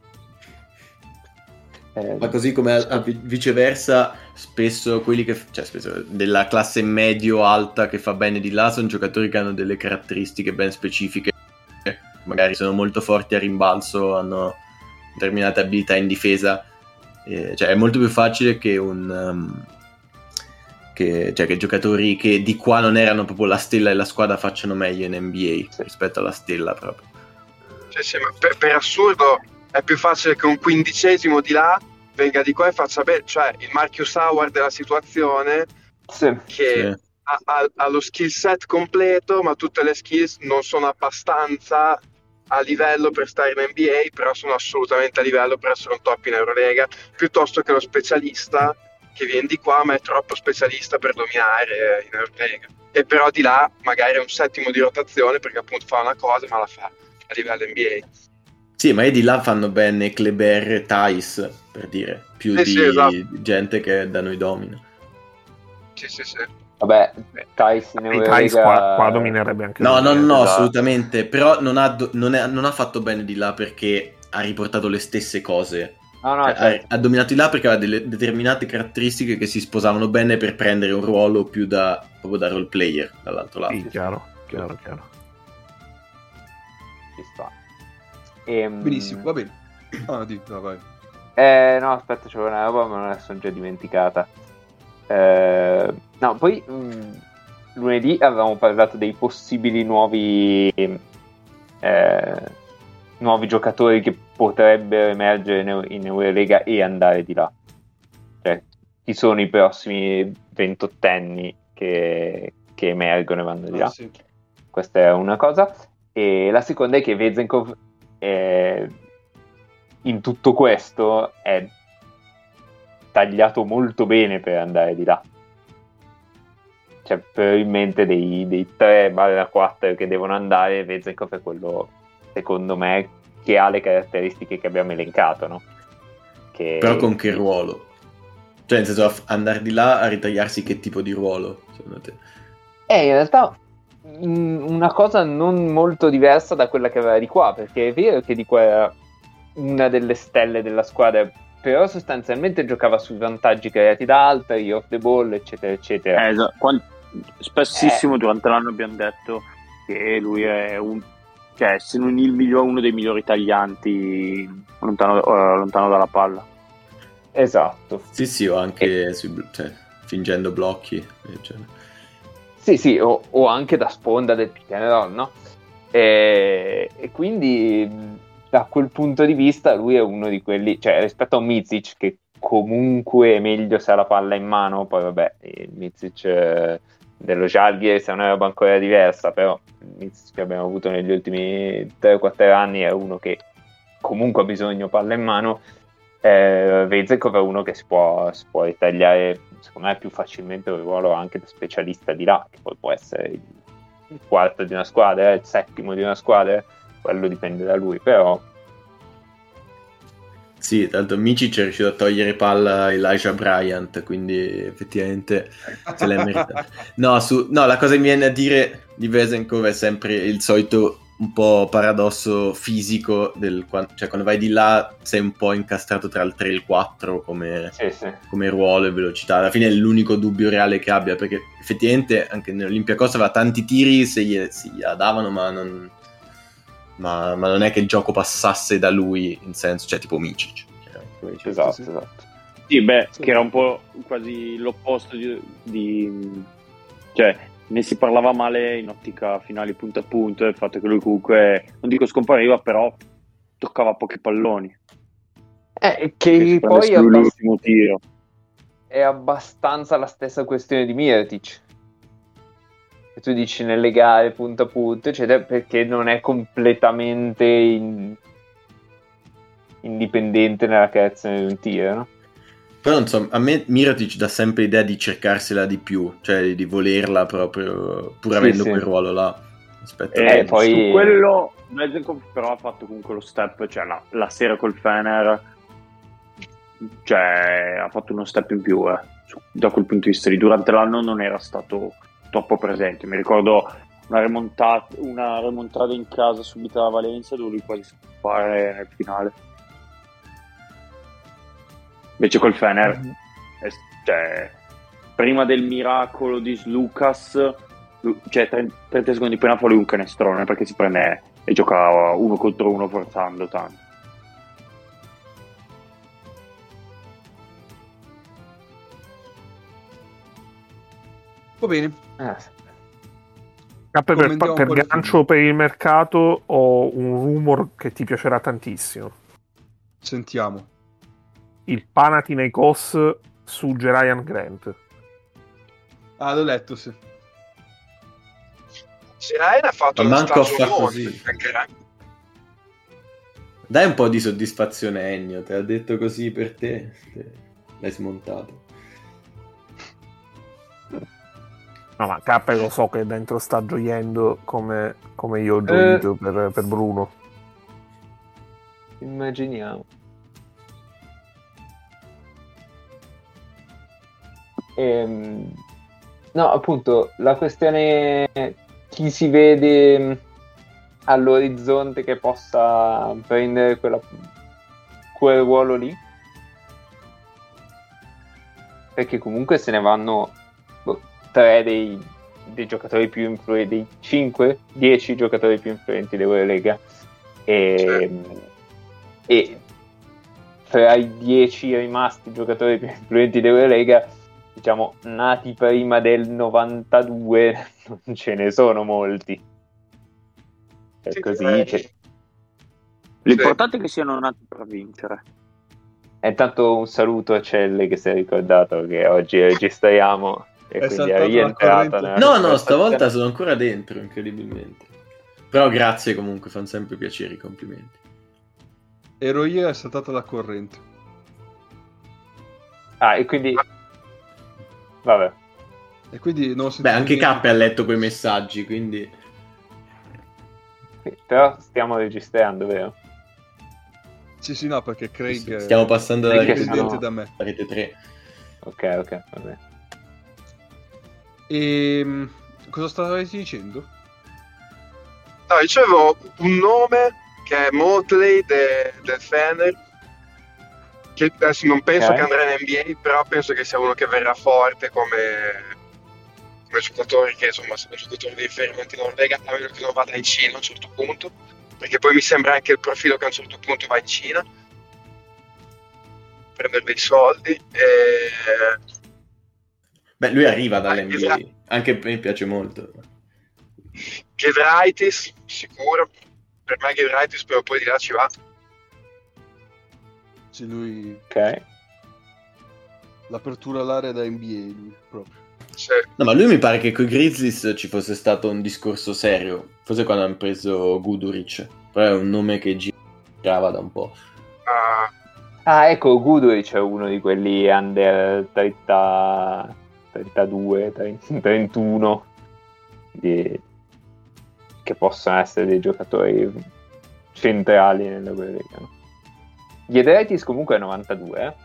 ma così come viceversa spesso quelli che spesso della classe medio-alta che fa bene di là sono giocatori che hanno delle caratteristiche ben specifiche, magari sono molto forti a rimbalzo, hanno determinate abilità in difesa, è molto più facile che che giocatori che di qua non erano proprio la stella della squadra facciano meglio in NBA rispetto alla stella proprio. Sì, ma per assurdo è più facile che un quindicesimo di là venga di qua e faccia bene, cioè il Marcus Howard della situazione che ha lo skill set completo, ma tutte le skills non sono abbastanza a livello per stare in NBA, però sono assolutamente a livello per essere un top in Eurolega, piuttosto che lo specialista che viene di qua ma è troppo specialista per dominare in Eurolega, e però di là magari è un settimo di rotazione perché appunto fa una cosa ma la fa a livello NBA. Sì, ma di là fanno bene Kleber e Thais, per dire, più di esatto. gente che da noi domina. Sì. Vabbè, Thais in Eurolega... Thais qua dominerebbe anche no, esatto. assolutamente, però non ha fatto bene di là perché ha riportato le stesse cose. Certo. Ha dominato di là perché aveva delle determinate caratteristiche che si sposavano bene per prendere un ruolo più proprio da role player dall'altro lato. Sì, chiaro. Ci sta. Benissimo, va bene. Vai. No, aspetta, c'è una roba ma me la sono già dimenticata. No, poi lunedì avevamo parlato dei possibili nuovi giocatori che potrebbero emergere in Eurolega e andare di là. Cioè, chi sono i prossimi 28enni che emergono e vanno di là? Sì. Questa è una cosa. E la seconda è che Vezenkov in tutto questo è tagliato molto bene per andare di là. Cioè, probabilmente dei 3/4 che devono andare, Vezenkov è quello, secondo me, che ha le caratteristiche che abbiamo elencato, no? Però con che ruolo? Cioè, nel senso, andare di là a ritagliarsi che tipo di ruolo, secondo te? In realtà una cosa non molto diversa da quella che aveva di qua, perché è vero che di qua era una delle stelle della squadra, però sostanzialmente giocava sui vantaggi creati da altri, off the ball, eccetera, eccetera. Spessissimo durante l'anno abbiamo detto che lui è cioè, se non il migliore, uno dei migliori taglianti lontano dalla palla. Esatto. Sì, o anche fingendo blocchi, eccetera. Sì, o anche da sponda del pick and roll, no? E quindi da quel punto di vista lui è uno di quelli, cioè rispetto a un Micic che comunque è meglio se ha la palla in mano, poi vabbè, il Micic dello Žalgiris è una roba ancora diversa, però il Micic che abbiamo avuto negli ultimi 3-4 anni è uno che comunque ha bisogno palla in mano. Vezekov è uno che si può ritagliare secondo me più facilmente un ruolo anche da specialista di là, che poi può essere il quarto di una squadra, il settimo di una squadra, quello dipende da lui, però sì, tanto Micic è riuscito a togliere palla a Elijah Bryant, quindi effettivamente se l'è meritato. No, la cosa che mi viene a dire di Vezenkov è sempre il solito un po' paradosso fisico cioè quando vai di là sei un po' incastrato tra il 3 e il 4 come ruolo e velocità. Alla fine è l'unico dubbio reale che abbia, perché effettivamente anche nell'Olympiacos aveva tanti tiri se gliela davano, ma non è che il gioco passasse da lui, in senso, cioè tipo Micic. Esatto. Sì, che era un po' quasi l'opposto cioè ne si parlava male in ottica finali punto a punto, il fatto che lui comunque, non dico scompariva, però toccava pochi palloni. Che poi l'ultimo tiro è abbastanza la stessa questione di Mirotic, che tu dici nelle gare punto a punto, eccetera, perché non è completamente indipendente nella creazione di un tiro, no? Però non so, a me Mirotic dà sempre l'idea di cercarsela di più, cioè di volerla proprio, pur avendo quel ruolo là. Poi su quello Vezenkov però ha fatto comunque lo step, cioè la sera col Fener, cioè ha fatto uno step in più da quel punto di vista lì. Durante l'anno non era stato troppo presente, mi ricordo una remontata in casa subita da Valencia dove lui quasi scompare nel finale. Invece col Fener, cioè, prima del miracolo di Lucas, cioè 30 secondi prima fa lui un canestrone perché si prende e gioca 1 contro 1 forzando tanto. Va bene. Per gancio per il mercato ho un rumor che ti piacerà tantissimo. Sentiamo. Il Panathinaikos su Jerian Grant. L'ho letto, sì. Jerian ha fatto ma una manco stagione fa così. Dai un po' di soddisfazione, Ennio, te l'ha detto così per te, l'hai smontato. No, ma K lo so che dentro sta gioiendo come io ho gioito per Bruno. Immaginiamo. No, appunto, la questione chi si vede all'orizzonte che possa prendere quel ruolo lì, perché comunque se ne vanno 3 dei giocatori più influenti, dei 5-10 giocatori più influenti dell'Eurolega, e tra i 10 rimasti giocatori più influenti dell'Eurolega, diciamo nati prima del 92, non ce ne sono molti. È così. L'importante è che siano nati per vincere. E intanto un saluto a Celle che si è ricordato che oggi registriamo e è quindi è rientrata. No, stavolta sono ancora dentro, incredibilmente. Però grazie comunque, fanno sempre piacere i complimenti. Ero io, è saltata la corrente. E quindi vabbè. E quindi non anche K ha letto quei messaggi, quindi però stiamo registrando, vero? Sì, no, perché Craig stiamo passando Craig da che dipendente sono- da me. rete 3. Ok, vabbè. E cosa stavate dicendo? No, dicevo un nome che è Motley del Fener, che adesso non penso Ok. che andrà in NBA, però penso che sia uno che verrà forte come giocatori, che insomma sono giocatori di riferimento in Norvegia, a meno che non vada in Cina a un certo punto, perché poi mi sembra anche il profilo che a un certo punto va in Cina prendere dei soldi e... Beh, lui arriva Esatto. dall'NBA, anche a me piace molto. Giedraitis sicuro, per me Giedraitis però poi di là ci va. Sì, lui Ok. l'apertura all'area da NBA, lui proprio. Sì. No, ma lui mi pare che con i Grizzlies ci fosse stato un discorso serio, forse quando hanno preso Guduric, però è un nome che girava da un po'. Ah, ecco, Guduric è uno di quelli under 30, 32, 31 che possono essere dei giocatori centrali nella Lega, no? Gli Ederitis comunque è 92,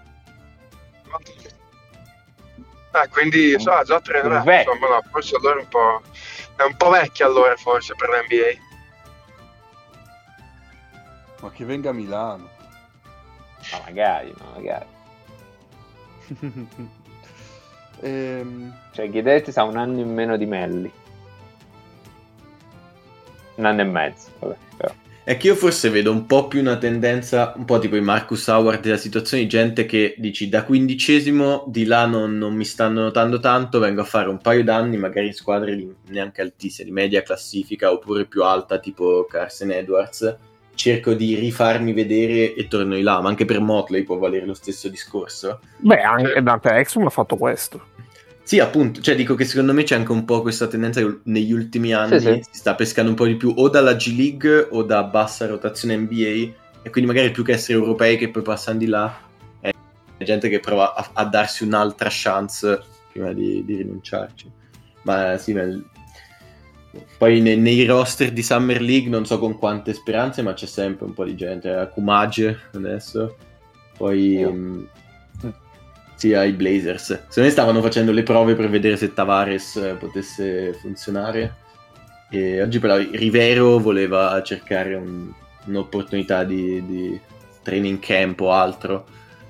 Quindi già 3 Un anni, vecchio. insomma, no, forse allora è un po' vecchio allora forse per l'NBA. Ma che venga a Milano. ma magari. Cioè, Giedetis ha un anno in meno di Melli. Un anno e mezzo, vabbè, però. È che io forse vedo un po' più una tendenza, un po' tipo i Marcus Howard della situazione, di gente che dici da 15esimo di là non mi stanno notando tanto, vengo a fare un paio d'anni magari in squadre neanche altissime, di media classifica oppure più alta tipo Carson Edwards, cerco di rifarmi vedere e torno di là, ma anche per Motley può valere lo stesso discorso. Beh, anche Dante Exum ha fatto questo. Sì, appunto, cioè dico che secondo me c'è anche un po' questa tendenza che negli ultimi anni Sì. si sta pescando un po' di più o dalla G League o da bassa rotazione NBA, e quindi magari più che essere europei che poi passano di là è gente che prova a darsi un'altra chance prima di rinunciarci. Ma sì, poi nei roster di Summer League non so con quante speranze, ma c'è sempre un po' di gente. Kumage adesso, poi sì, ai Blazers. Secondo me stavano facendo le prove per vedere se Tavares potesse funzionare, e oggi però Rivero voleva cercare un'opportunità di training camp o altro.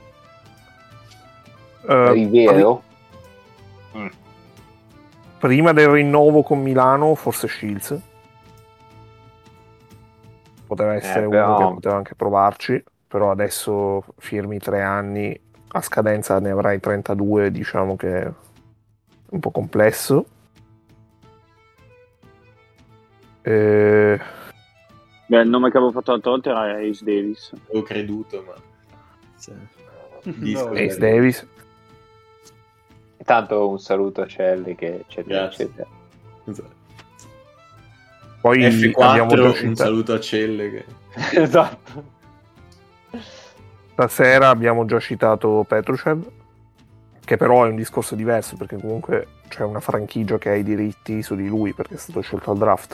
Rivero? Prima del rinnovo con Milano, forse Shields. Poteva essere però... uno che poteva anche provarci, però adesso firmi 3 anni, a scadenza ne avrai 32, diciamo che è un po' complesso. Beh, il nome che avevo fatto l'altra volta era Ace Davis. Avevo creduto, ma No. Ace Davis. Intanto un saluto a Celli che eccetera, Grazie. eccetera. Esatto. Poi abbiamo già F4, un saluto a Celle che... Esatto. Stasera abbiamo già citato Petrušev, che però è un discorso diverso, perché comunque c'è una franchigia che ha i diritti su di lui perché è stato scelto al draft.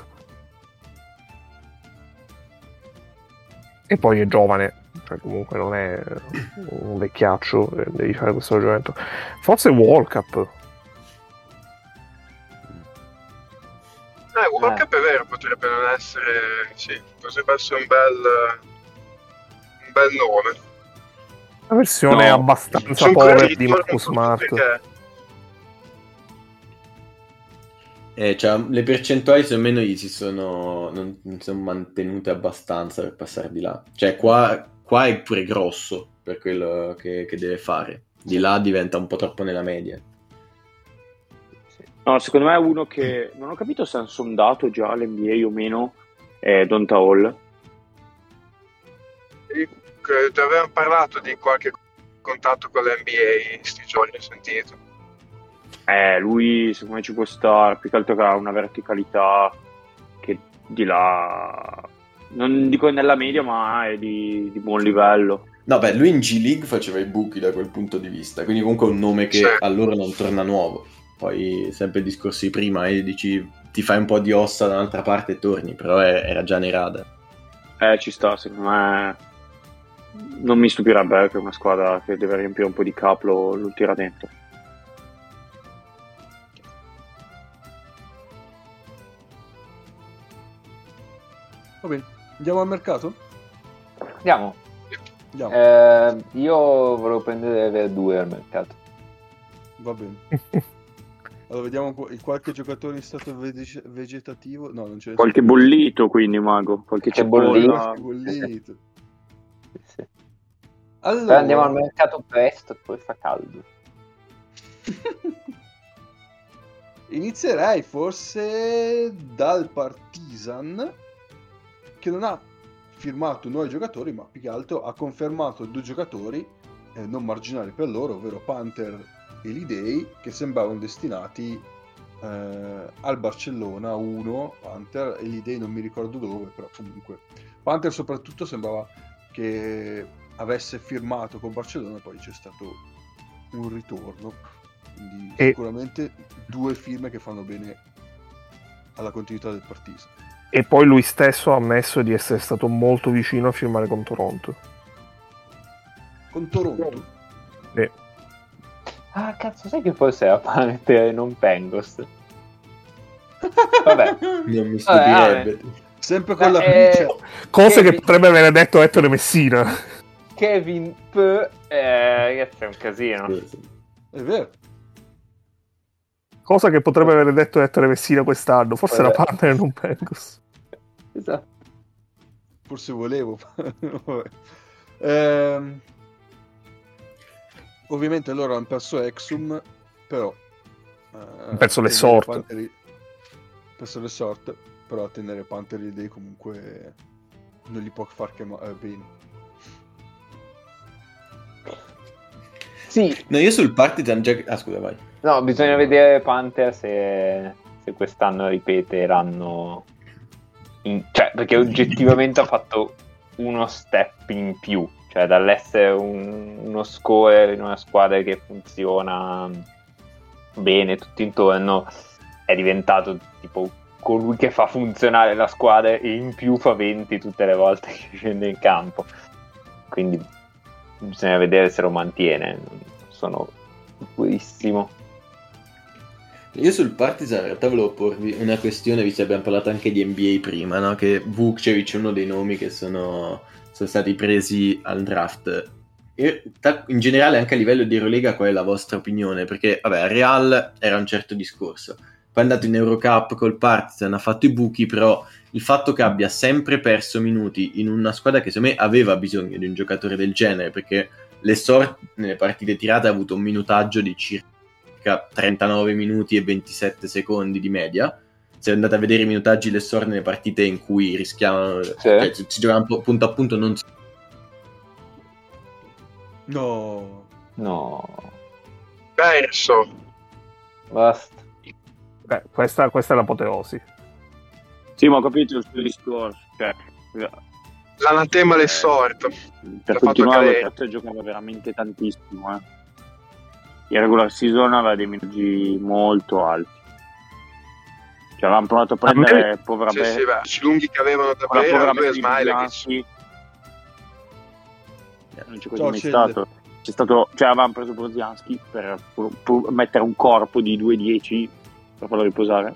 E poi è giovane, cioè comunque non è un vecchiaccio, devi fare questo ragionamento. Forse World Cup. World Cup è vero, potrebbe non essere, sì, potrebbe essere un bel nome. La versione No, abbastanza Sono curioso povera di ritorno Marcus un po' Smart. perché cioè, le percentuali secondo me non sono mantenute abbastanza per passare di là. Cioè qua è pure grosso per quello che deve fare. Di là diventa un po' troppo nella media. No, secondo me è uno che non ho capito se hanno sondato già l'NBA o meno, è Donta Hall. ti avevamo parlato di qualche contatto con l'NBA in sti giorni, hai sentito? Lui secondo me ci può stare, più che altro che ha una verticalità che di là, non dico nella media, ma è di buon livello. No, beh, lui in G League faceva i buchi da quel punto di vista, quindi comunque è un nome che Sì. allora non torna nuovo. Poi sempre il discorso di prima, e dici ti fai un po' di ossa da un'altra parte e torni, però era già nei radar. Ci sta, secondo me non mi stupirebbe che una squadra che deve riempire un po' di cap lo tira dentro. Va bene, andiamo al mercato? Andiamo. Io volevo prendere le verdure al mercato. Va bene. Allora vediamo qualche giocatore in stato vegetativo. No, non c'è Qualche bollito, quindi, Mago. Qualche bollito. bollito. Sì. Allora... Però andiamo al mercato presto, poi fa caldo. Inizierei forse dal Partizan, che non ha firmato nuovi giocatori, ma più che altro ha confermato 2 giocatori non marginali per loro, ovvero Panther e Lidei, che sembravano destinati al Barcellona. Uno Panther e Lidei non mi ricordo dove, però comunque Panther soprattutto sembrava che avesse firmato con Barcellona, poi c'è stato un ritorno, quindi sicuramente 2 firme che fanno bene alla continuità del Partizan. E poi lui stesso ha ammesso di essere stato molto vicino a firmare con Toronto. Con Toronto? Ah, cazzo, sai che forse era Panther e non Pengos? Vabbè. Non mi stupirebbe. Sempre con la P. Cose che potrebbe aver detto Ettore Messina. Kevin P. Ragazzi, è un casino. Sì. È vero. Cosa che potrebbe aver detto Ettore Messina quest'anno. Forse era Panther e non Pengos. Esatto. Forse volevo. Ovviamente loro hanno perso Exum, però hanno perso le sorte. Perso le sorte, però a tenere Panther e Lidei comunque non li può far bene. Sì. No, io sul Partizan già... Ah, scusa, vai. No, bisogna vedere Panther se quest'anno ripeteranno. Cioè, perché oggettivamente ha fatto uno step in più. Cioè, dall'essere uno scorer in una squadra che funziona bene tutto intorno, è diventato tipo colui che fa funzionare la squadra e in più fa 20 tutte le volte che scende in campo. Quindi bisogna vedere se lo mantiene. Non sono purissimo. Io sul Partizan in realtà volevo porvi una questione, visto che abbiamo parlato anche di NBA prima, no? Che Vukcevic è uno dei nomi che sono stati presi al draft. E in generale anche a livello di Eurolega qual è la vostra opinione? Perché vabbè, Real era un certo discorso, poi è andato in Eurocup col Partizan, ha fatto i buchi, però il fatto che abbia sempre perso minuti in una squadra che secondo me aveva bisogno di un giocatore del genere, perché Lessor nelle partite tirate ha avuto un minutaggio di circa 39 minuti e 27 secondi di media. Se andate a vedere i minutaggi Lessor nelle partite in cui rischiavano, cioè, si giocava punto a punto, non No. Perso. Basta. Questa è l'apoteosi. Sì, ma ho capito il suo discorso. Cioè, l'anatema del sorto. Per continuare, giocava veramente tantissimo. In regular season aveva dei minutaggi molto alti. Cioè, avevamo provato a prendere povera i lunghi che avevano davvero lui e Smile. Non c'è così mai stato. C'è stato, cioè, avevamo preso Brozianski per mettere un corpo di 2-10 per farlo riposare.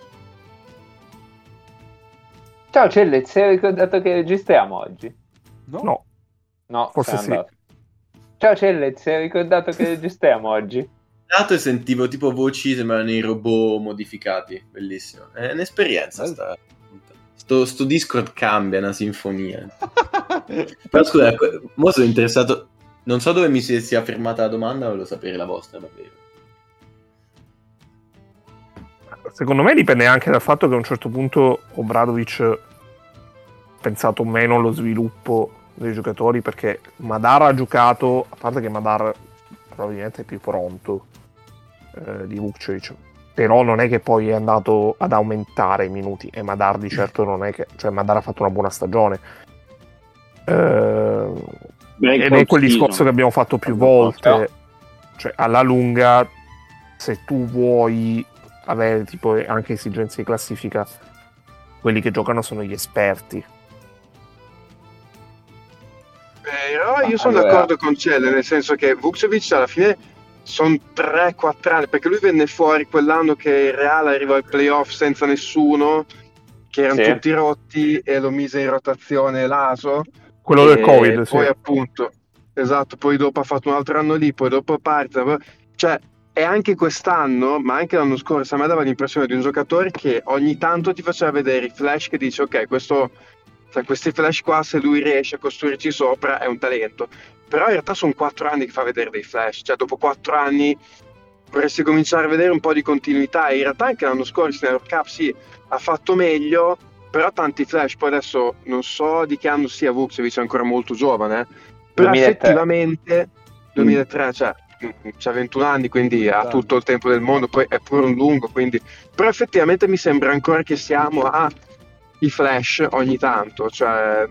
Ciao Celle, ti sei ricordato che registriamo oggi? No, forse sì. Ciao Celle, ti sei ricordato che registriamo oggi? E sentivo tipo voci, sembrano i robot modificati. Bellissimo, è un'esperienza sto Discord cambia, una sinfonia. Però scusa, mo sono interessato, non so dove mi sia fermata la domanda, volevo sapere la vostra davvero. Secondo me dipende anche dal fatto che a un certo punto Obradovic ha pensato meno allo sviluppo dei giocatori, perché Madar ha giocato, a parte che Madar probabilmente è più pronto di Vukcevic, però non è che poi è andato ad aumentare i minuti, e Madar di certo non è che, cioè Madar ha fatto una buona stagione, ed è quel discorso che abbiamo fatto più volte, cioè alla lunga, se tu vuoi avere tipo anche esigenze di classifica, quelli che giocano sono gli esperti. Però io sono Allora, d'accordo con Celle, nel senso che Vukcevic alla fine sono 3-4 anni, perché lui venne fuori quell'anno che il Real arrivò ai playoff senza nessuno, che erano Sì. tutti rotti, e lo mise in rotazione Laso. Quello del Covid, sì. Poi appunto, esatto, poi dopo ha fatto un altro anno lì, poi dopo parte, cioè, e anche quest'anno, ma anche l'anno scorso, a me dava l'impressione di un giocatore che ogni tanto ti faceva vedere i flash che dice, ok, questi flash qua, se lui riesce a costruirci sopra, è un talento. Però in realtà sono 4 anni che fa vedere dei flash, cioè dopo 4 anni vorresti cominciare a vedere un po' di continuità, e in realtà anche l'anno scorso in Eurocup sì, ha fatto meglio, però tanti flash. Poi adesso non so di che anno sia Vukcevic, è ancora molto giovane, però 2003. effettivamente 2003, cioè c'ha 21 anni, quindi ha tutto il tempo del mondo, poi è pure un lungo, quindi però effettivamente mi sembra ancora che siamo a i flash ogni tanto, cioè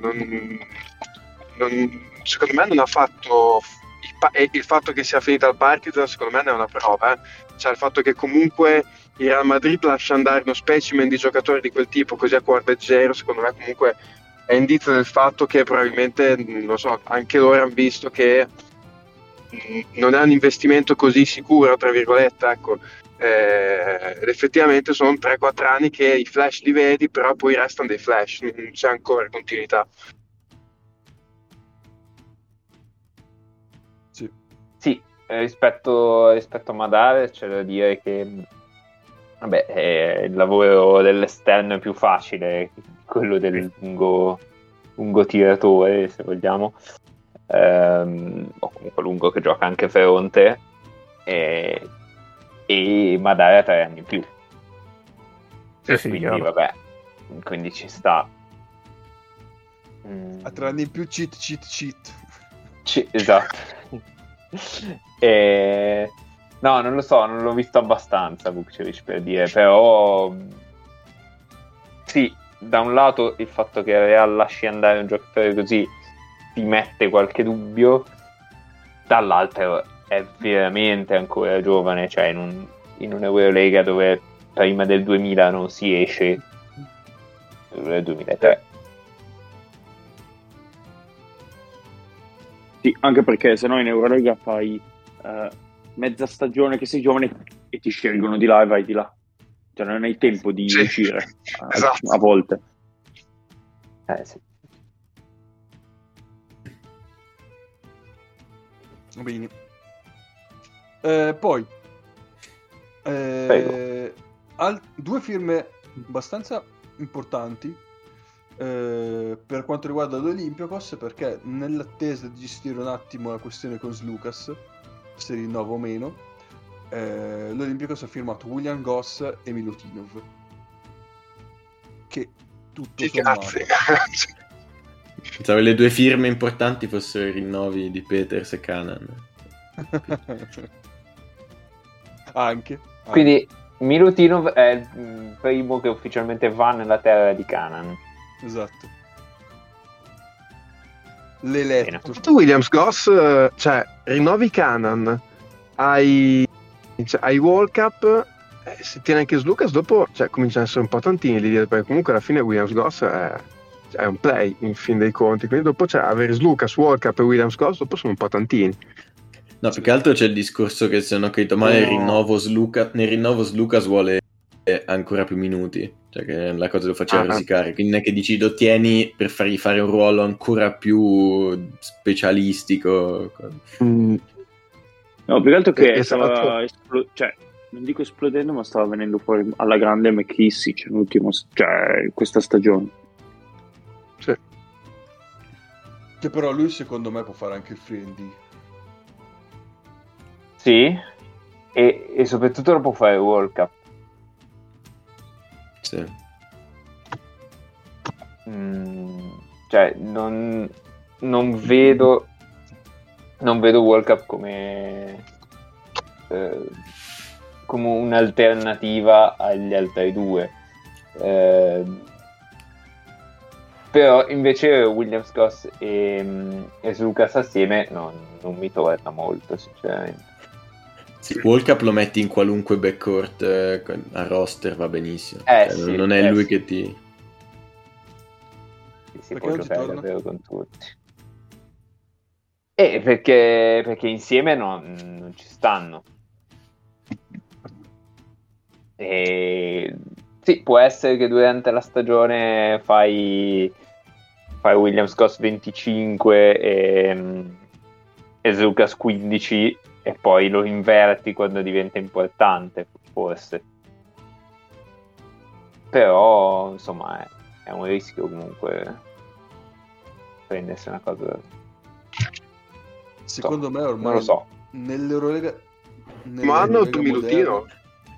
secondo me non ha fatto il fatto che sia finita al Partizan, secondo me ne è una prova, cioè il fatto che comunque il Real Madrid lascia andare uno specimen di giocatori di quel tipo così a cuor leggero, secondo me comunque è indizio del fatto che probabilmente, non so, anche loro hanno visto che non è un investimento così sicuro, tra virgolette, ecco. Ed effettivamente sono 3-4 anni che i flash li vedi, però poi restano dei flash, non c'è ancora continuità. Sì, rispetto a Madare c'è da dire che il lavoro dell'esterno è più facile, quello del lungo tiratore, se vogliamo, o comunque lungo che gioca anche fronte, e Madare ha 3 anni in più. Sì, quindi chiaro. vabbè, quindi ci sta. A 3 anni in più cheat. Esatto. No, non lo so, non l'ho visto abbastanza Vukcevic, per dire, però sì, da un lato il fatto che Real lasci andare un giocatore così ti mette qualche dubbio, dall'altro è veramente ancora giovane, cioè in un'Eurolega dove prima del 2000 non si esce, nel 2003. Sì, anche perché se no in Eurolega fai mezza stagione che sei giovane e ti scelgono di là e vai di là, cioè non hai tempo di Sì, uscire esatto. a volte. Sì. Bene. Poi due firme abbastanza importanti per quanto riguarda l'Olympiakos, perché nell'attesa di gestire un attimo la questione con Slukas, se rinnova o meno, l'Olympiakos ha firmato William Goss e Milutinov, che tutto sommato pensavo le due firme importanti fossero i rinnovi di Peters e Canan. anche. Quindi Milutinov è il primo che ufficialmente va nella terra di Canaan. Esatto. L'eletto. Tu Williams Goss, cioè rinnovi Canan, hai World Cup, se tiene anche Slukas dopo, cioè cominciano ad essere un po' tantini lì, perché comunque alla fine Williams Goss è un play in fin dei conti, quindi dopo avere Slukas, World Cup e Williams Goss dopo sono un po' tantini. No, più che altro c'è il discorso che se non ho capito male nel rinnovo Slukas vuole ancora più minuti, cioè che la cosa lo faceva risicare, quindi non è che dici lo tieni per fargli fare un ruolo ancora più specialistico. No, più che altro che stava cioè non dico esplodendo, ma stava venendo fuori alla grande McKissic questa stagione. Sì. Che però lui secondo me può fare anche il friendly. Sì, e soprattutto lo può fare il World Cup. Sì. Cioè non vedo World Cup come un'alternativa agli altri due, però invece Williams Goss e Slukas assieme non mi torna molto, sinceramente. Sì, World Cup lo metti in qualunque backcourt a roster, va benissimo, sì, non è lui che ti si può giocare davvero con tutti. Perché insieme non ci stanno. Sì, può essere che durante la stagione fai Williams Goss 25 e Lucas 15 e poi lo inverti quando diventa importante, forse. Però, insomma, è un rischio comunque prendersi una cosa. Secondo me ormai non lo so. nell'Eurolega Ma hanno il minutino.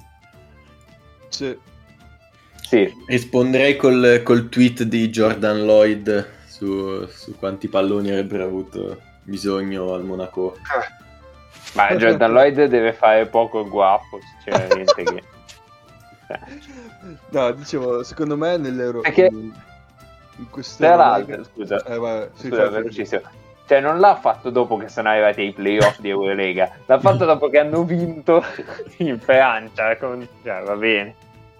Sì. Risponderei col tweet di Jordan Lloyd su quanti palloni avrebbero avuto bisogno al Monaco. Ma Jordan Lloyd deve fare poco il guapo, sinceramente. Che... No, dicevo, secondo me nell'Euro... Perché... in questa scusa, sì, velocissimo. Cioè non l'ha fatto dopo che sono arrivati ai playoff di Eurolega, l'ha fatto dopo che hanno vinto in Francia, cioè, va bene.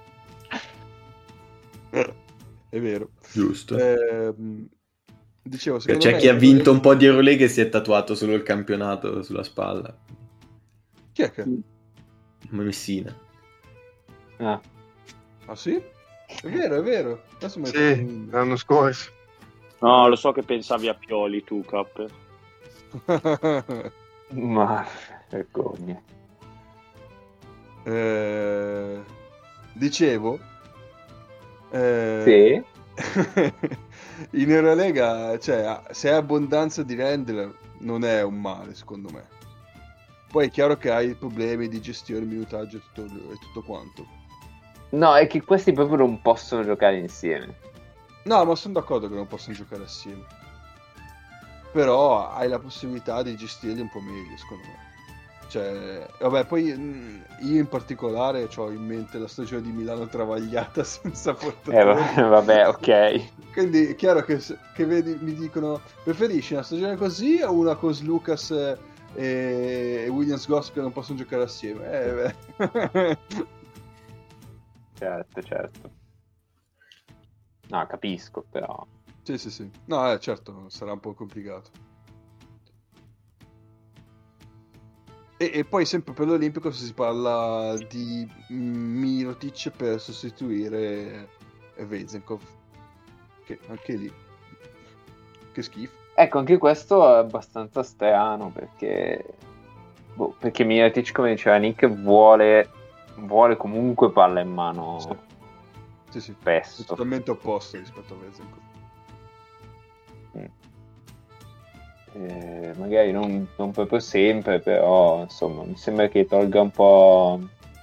È vero. Giusto. Dicevo, c'è chi ha vinto un po' di Eurolega e si è tatuato solo il campionato sulla spalla. Chi è che? Messina. Ah sì? È vero. Adesso sì, l'anno scorso. No, lo so che pensavi a Pioli tu, Cap. Ma vergogna. Dicevo sì. In Eurolega, cioè, se hai abbondanza di Randler non è un male, secondo me. Poi è chiaro che hai problemi di gestione, minutaggio e tutto quanto. No, è che questi proprio non possono giocare insieme. No, ma sono d'accordo che non possono giocare assieme. Però hai la possibilità di gestirli un po' meglio, secondo me. Cioè, vabbè, poi io in particolare ho in mente la stagione di Milano travagliata senza portatori. Vabbè, ok. Quindi è chiaro che vedi, mi dicono, preferisci una stagione così o una con Lucas e Williams Goss che non possono giocare assieme? Certo. No, capisco, però. Sì. No, certo, sarà un po' complicato. E poi sempre per l'Olimpico si parla di Mirotic per sostituire Vezenkov. Che anche lì, che schifo. Ecco, anche questo è abbastanza strano perché Mirotic, come diceva Nick, vuole comunque palla in mano. Sì. Spesso. È totalmente opposto rispetto a Vezenkov. Magari non proprio sempre, però insomma mi sembra che tolga un po'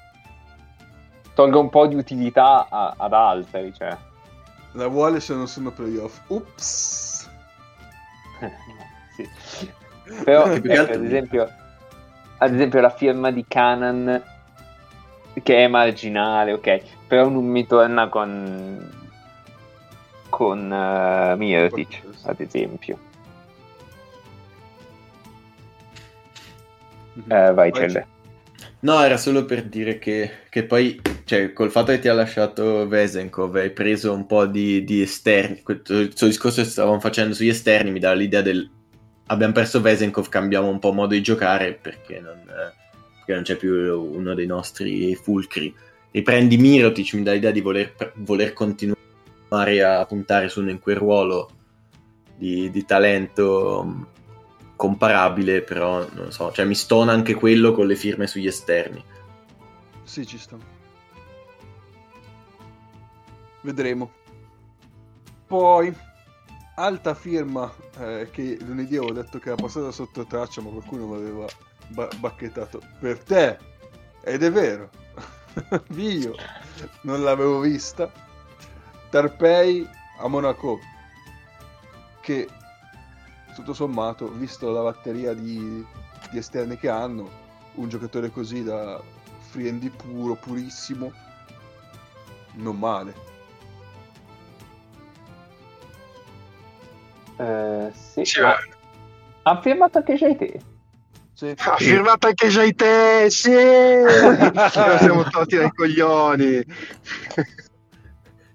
di utilità ad altri, cioè. La vuole se non sono playoff. Ups. Sì. Però ad esempio la firma di Canan, che è marginale, ok, però non mi torna con Mirotic, ad esempio. Vai, Celle. No, era solo per dire che poi, cioè, col fatto che ti ha lasciato Vezenkov, hai preso un po' di esterni. Questo discorso che stavamo facendo sugli esterni mi dà l'idea abbiamo perso Vezenkov, cambiamo un po' modo di giocare perché non c'è più uno dei nostri fulcri. Riprendi Mirotic, mi dà l'idea di voler continuare a puntare su uno in quel ruolo di talento comparabile, però non so, cioè mi stona anche quello con le firme sugli esterni. Sì, ci sta. Vedremo. Poi alta firma che lunedì avevo detto che era passata sotto traccia, ma qualcuno mi aveva bacchettato per te, ed è vero. Io non l'avevo vista. Tarpei a Monaco, che tutto sommato, visto la batteria di esterni che hanno, un giocatore così da free and purissimo, non male. Sì. Ha firmato anche JT. Sì. Ha firmato anche JT, sì! Siamo tutti dai coglioni.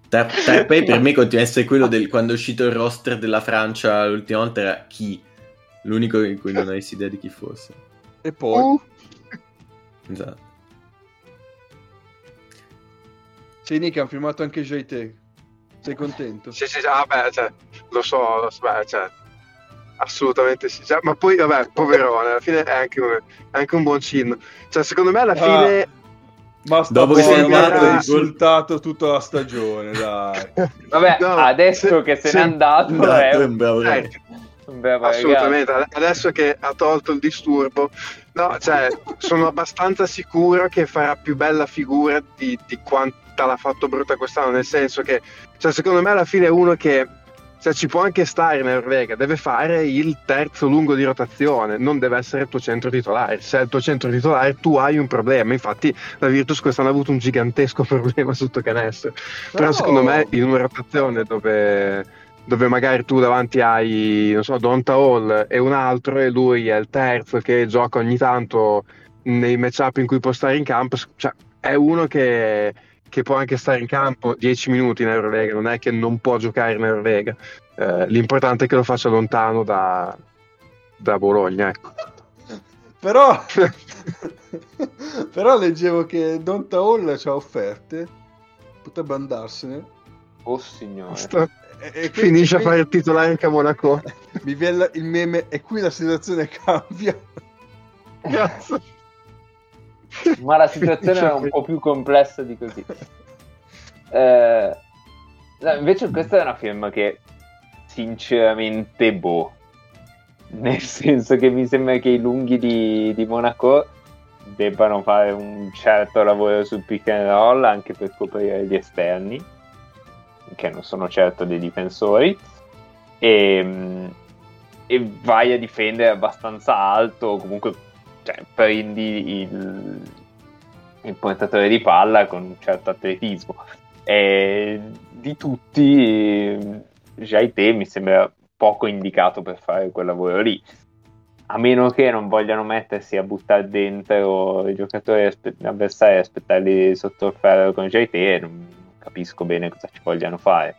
Tarpei per me continua a essere quello quando è uscito il roster della Francia l'ultima volta, era chi? L'unico in cui non avessi idea di chi fosse. E poi Esatto. sì, Nick, hanno firmato anche JT. Sei contento? Sì, beh, cioè, lo so, beh, cioè, assolutamente sì. Cioè, ma poi, vabbè, poverone, alla fine è anche un buon cinno. Cioè, secondo me alla fine... Ma dopo che sei ha andato, insultato tutta la stagione, dai. Vabbè, No, adesso che se n'è andato è è un bravo ragazzo. un bravo assolutamente, adesso che ha tolto il disturbo, no, cioè, sono abbastanza sicuro che farà più bella figura di quanta l'ha fatto brutta quest'anno, nel senso che, cioè, secondo me alla fine è uno che, cioè, ci può anche stare in Norvegia, deve fare il terzo lungo di rotazione, non deve essere il tuo centro titolare. Se è il tuo centro titolare tu hai un problema, infatti la Virtus quest'anno ha avuto un gigantesco problema sotto canestro, però secondo me in una rotazione dove magari tu davanti hai, non so, Donta Hall e un altro e lui è il terzo che gioca ogni tanto nei matchup in cui può stare in campo, cioè è uno che può anche stare in campo 10 minuti in Eurolega, non è che non può giocare in Eurolega, l'importante è che lo faccia lontano da Bologna, ecco. Però leggevo che Donta Hall c'ha offerte, potrebbe andarsene. Oh signore. Finisce a fare il titolare anche a Monaco. Mi viene il meme e qui la situazione cambia. Cazzo. Ma la situazione è un po' più complessa di così. No, invece questa è una firma che sinceramente nel senso che mi sembra che i lunghi di Monaco debbano fare un certo lavoro sul pick and roll anche per coprire gli esterni, che non sono certo dei difensori, e vai a difendere abbastanza alto, comunque, cioè, prendi il portatore di palla con un certo atletismo. E di tutti Jaite mi sembra poco indicato per fare quel lavoro lì, a meno che non vogliano mettersi a buttare dentro i giocatori avversari e aspettarli sotto il ferro con Jaite. Non capisco bene cosa ci vogliano fare.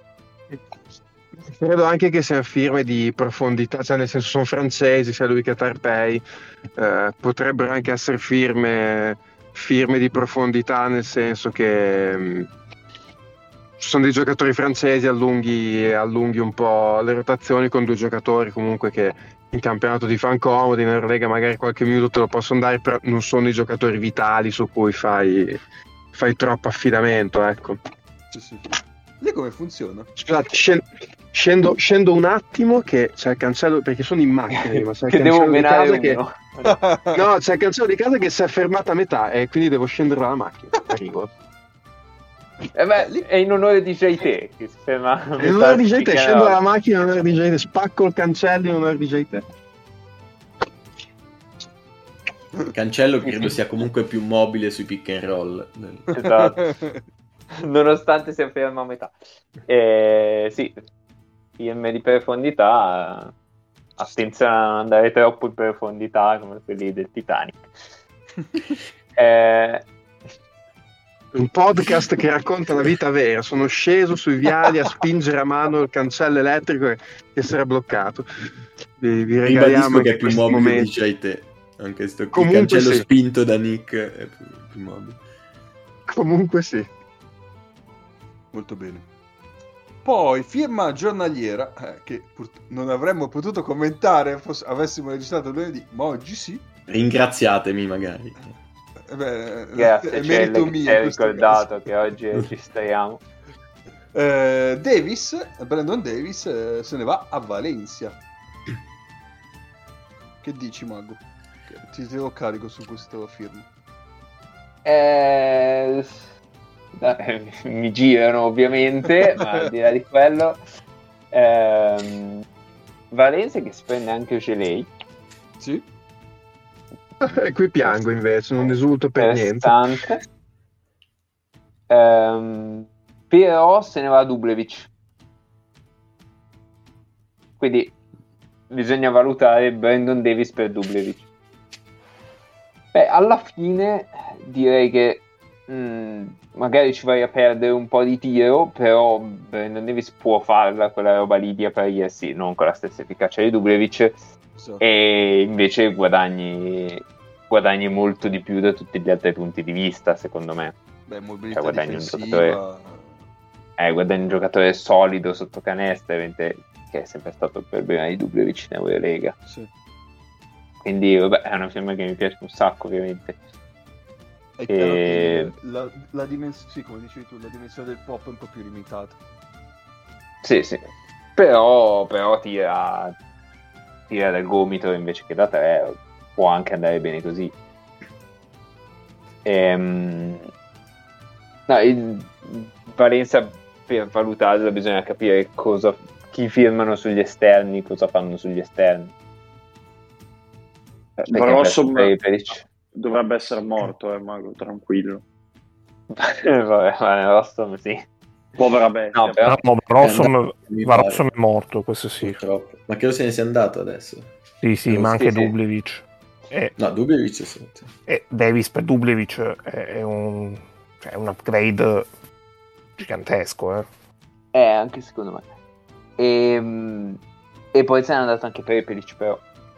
Credo anche che siano firme di profondità, cioè nel senso sono francesi, sia lui che Tarpei, potrebbero anche essere firme di profondità, nel senso che ci sono dei giocatori francesi, allunghi un po' le rotazioni con due giocatori comunque che in campionato ti fanno comodi, in Eurolega magari qualche minuto te lo possono dare, però non sono i giocatori vitali su cui fai troppo affidamento, ecco. Sì. Lì come funziona? Scusate, scendo un attimo che c'è il cancello, perché sono in macchina, ma c'è il che devo cancello di menare casa uno. no, c'è il cancello di casa che si è fermato a metà e quindi devo scendere dalla macchina. Arrivo. È in onore di JT che si ferma. In onore di JT, scendo dalla macchina in onore di JT, spacco il cancello in onore di JT. Il cancello credo sia comunque più mobile sui pick and roll. Esatto. Nonostante sia fermo a metà. Sì, firme di profondità, attenzione a non andare troppo in profondità come quelli del Titanic. Un podcast che racconta la vita vera. Sono sceso sui viali a spingere a mano il cancello elettrico che si era bloccato. Vi regaliamo che è più mobile momento. di JT. Anche il Comunque cancello sì. spinto da Nick è più mobile. Comunque sì. Molto bene. Poi firma giornaliera che non avremmo potuto commentare avessimo registrato lunedì, ma oggi sì. Ringraziatemi magari. Grazie, è merito mio. Ci hai ricordato che oggi registriamo. Brandon Davis se ne va a Valencia. Che dici, Mago? Ti devo carico su questo firma. Mi girano ovviamente, ma al di là di quello, Valencia che si prende anche Gelei. Sì. E qui piango invece, non esulto per niente. Però se ne va a Dublevic. Quindi bisogna valutare Brandon Davis per Dublevic. Alla fine direi che magari ci vai a perdere un po' di tiro, però Brandon Davis può farla quella roba lì di aprirsi, non con la stessa efficacia di Dublevic, Esatto. e invece guadagni molto di più da tutti gli altri punti di vista, secondo me. Beh, mobilità guadagni un difensiva. Guadagni un giocatore solido sotto canestro, che è sempre stato il problema di Dublevic in Eurolega. Sì. Quindi vabbè, è una firma che mi piace un sacco, ovviamente. È chiaro che la dimensione, sì, come dicevi tu, la dimensione del pop è un po' più limitata. Sì. Però tira dal gomito invece che da 3, può anche andare bene così. Valencia, per valutarla bisogna capire chi firmano sugli esterni, cosa fanno sugli esterni. Brossom dovrebbe essere morto, Mago, tranquillo. Vabbè, Rostom sì. Povera bestia. No, però Brossom è morto, questo sì. Purtroppo. Ma credo se ne sia andato adesso. Sì, ma anche Dublevic. No, Dublevic sì. E Davis per Dublevic è un upgrade gigantesco. Anche secondo me. E poi se n'è andato anche Prepelic, però.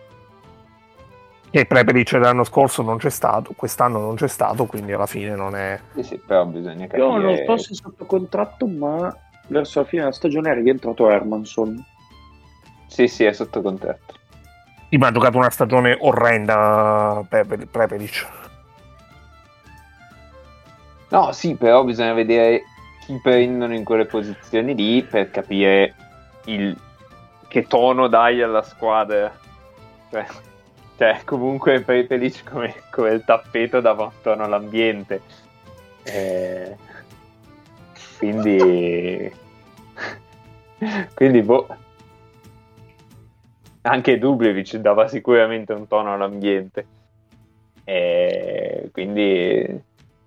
E Prepelic l'anno scorso non c'è stato, quest'anno non c'è stato, quindi alla fine non è... Sì, però bisogna capire... Io non so se è sotto contratto, ma verso la fine della stagione è rientrato Hermanson. Sì, è sotto contratto. Sì, ma ha giocato una stagione orrenda Prepelic. No, sì, però bisogna vedere chi prendono in quelle posizioni lì per capire che tono dai alla squadra. Cioè, comunque Prepelic come il tappeto dava un tono all'ambiente. Quindi boh. Anche Dublevic dava sicuramente un tono all'ambiente. Quindi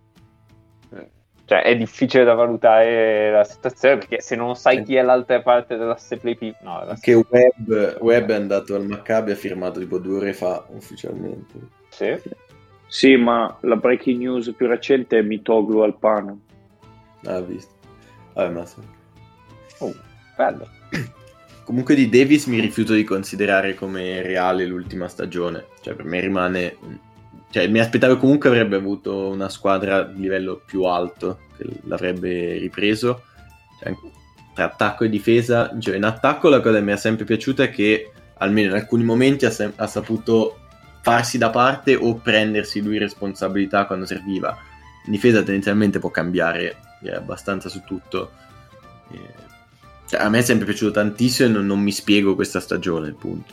è difficile da valutare la situazione, perché se non sai chi è l'altra parte dell'asse play anche Webb è andato al Maccabi, ha firmato tipo 2 ore fa ufficialmente. Sì, ma la breaking news più recente è Mitoglu al Pano. Visto. Vabbè, ma bello. Comunque di Davis mi rifiuto di considerare come reale l'ultima stagione, cioè per me rimane, cioè mi aspettavo comunque avrebbe avuto una squadra di livello più alto che l'avrebbe ripreso, cioè, tra attacco e difesa, cioè in attacco la cosa che mi è sempre piaciuta è che almeno in alcuni momenti ha saputo farsi da parte o prendersi lui responsabilità quando serviva. In difesa tendenzialmente può cambiare abbastanza su tutto. Cioè, a me è sempre piaciuto tantissimo e non mi spiego questa stagione, punto.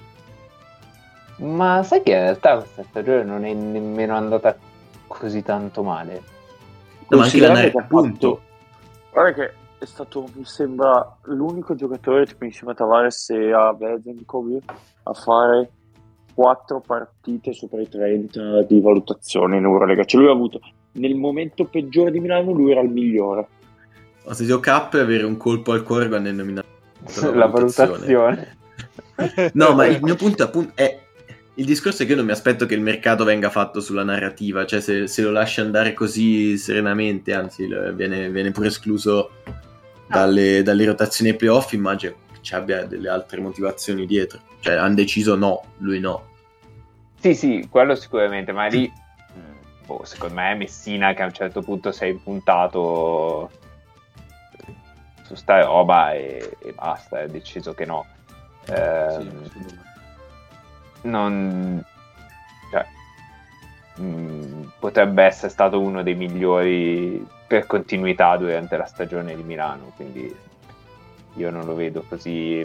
Ma sai che in realtà questa stagione non è nemmeno andata così tanto male. No, ma anche la appunto. Guarda che è stato, mi sembra, l'unico giocatore tipo insieme a Tavares e a Vezenkov a fare 4 partite sopra i 30 di valutazione in Eurolega. Cioè lui ha avuto, nel momento peggiore di Milano, lui era il migliore. Ho sentito K avere un colpo al cuore quando è nominato la valutazione. No, ma il mio punto appunto è il discorso è che io non mi aspetto che il mercato venga fatto sulla narrativa, cioè se lo lascia andare così serenamente, anzi viene pure escluso dalle rotazioni ai playoff, immagino che ci abbia delle altre motivazioni dietro, cioè hanno deciso lui no. Sì, quello sicuramente, ma lì secondo me è Messina che a un certo punto si è impuntato su sta roba e basta, ha deciso che no. Potrebbe essere stato uno dei migliori per continuità durante la stagione di Milano, quindi io non lo vedo così.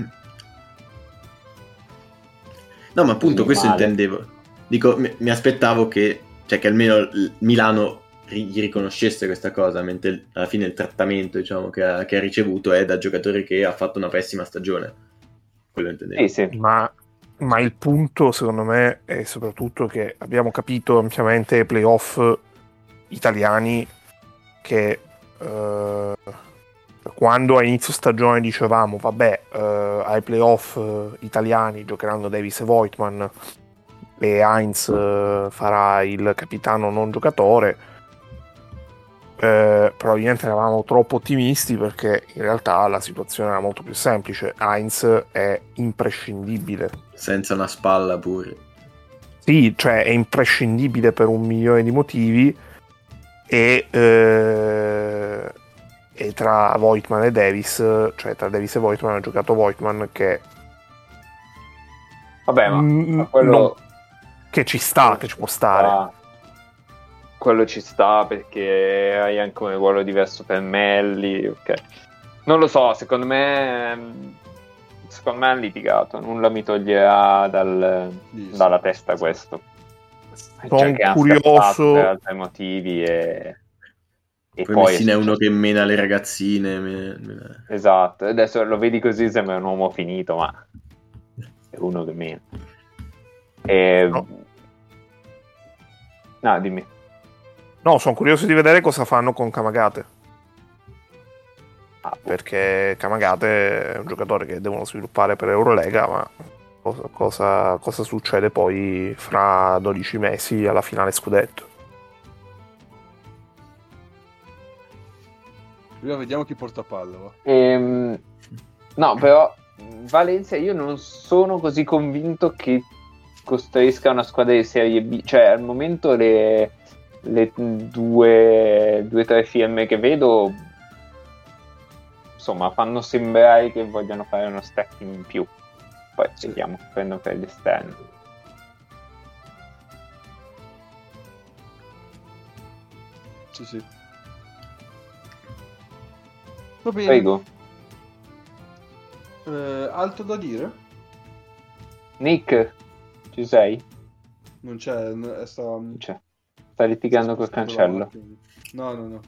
No, ma appunto questo male. intendevo. Dico, mi aspettavo che almeno Milano gli riconoscesse questa cosa, mentre alla fine il trattamento, diciamo, che ha ricevuto è da giocatore che ha fatto una pessima stagione. Quello intendevo. Sì. Ma il punto, secondo me, è soprattutto che abbiamo capito ampiamente ai playoff italiani che quando a inizio stagione dicevamo vabbè, ai playoff italiani giocheranno Davis e Voigtman e Heinz farà il capitano non giocatore, probabilmente eravamo troppo ottimisti, perché in realtà la situazione era molto più semplice. Heinz è imprescindibile. Senza una spalla pure. Sì, cioè è imprescindibile per 1.000.000 di motivi, e tra Voigtman e Davis, cioè tra Davis e Voigtman, ha giocato Voigtman, che vabbè, ma quello che ci sta, che ci può stare. Quello ci sta, perché hai anche un ruolo diverso per Melli, ok. Non lo so, secondo me hanno litigato, nulla mi toglierà dalla testa questo. Sono curioso per altri motivi e poi Messina è uno che mena le ragazzine. Esatto, adesso lo vedi così, sembra un uomo finito, ma è uno che mena. No, dimmi. No, sono curioso di vedere cosa fanno con Kamagate, perché Kamagate è un giocatore che devono sviluppare per Eurolega, ma cosa succede poi fra 12 mesi alla finale scudetto? Prima vediamo chi porta palla, va. No, però Valencia io non sono così convinto che costruisca una squadra di Serie B, cioè al momento le 2-3 firme che vedo, insomma, fanno sembrare che vogliano fare uno step in più. Poi vediamo, prendono per l'esterno. Sì. Va bene. Prego. Altro da dire? Nick, ci sei? Non c'è, Non c'è. Sta litigando col cancello. No. No,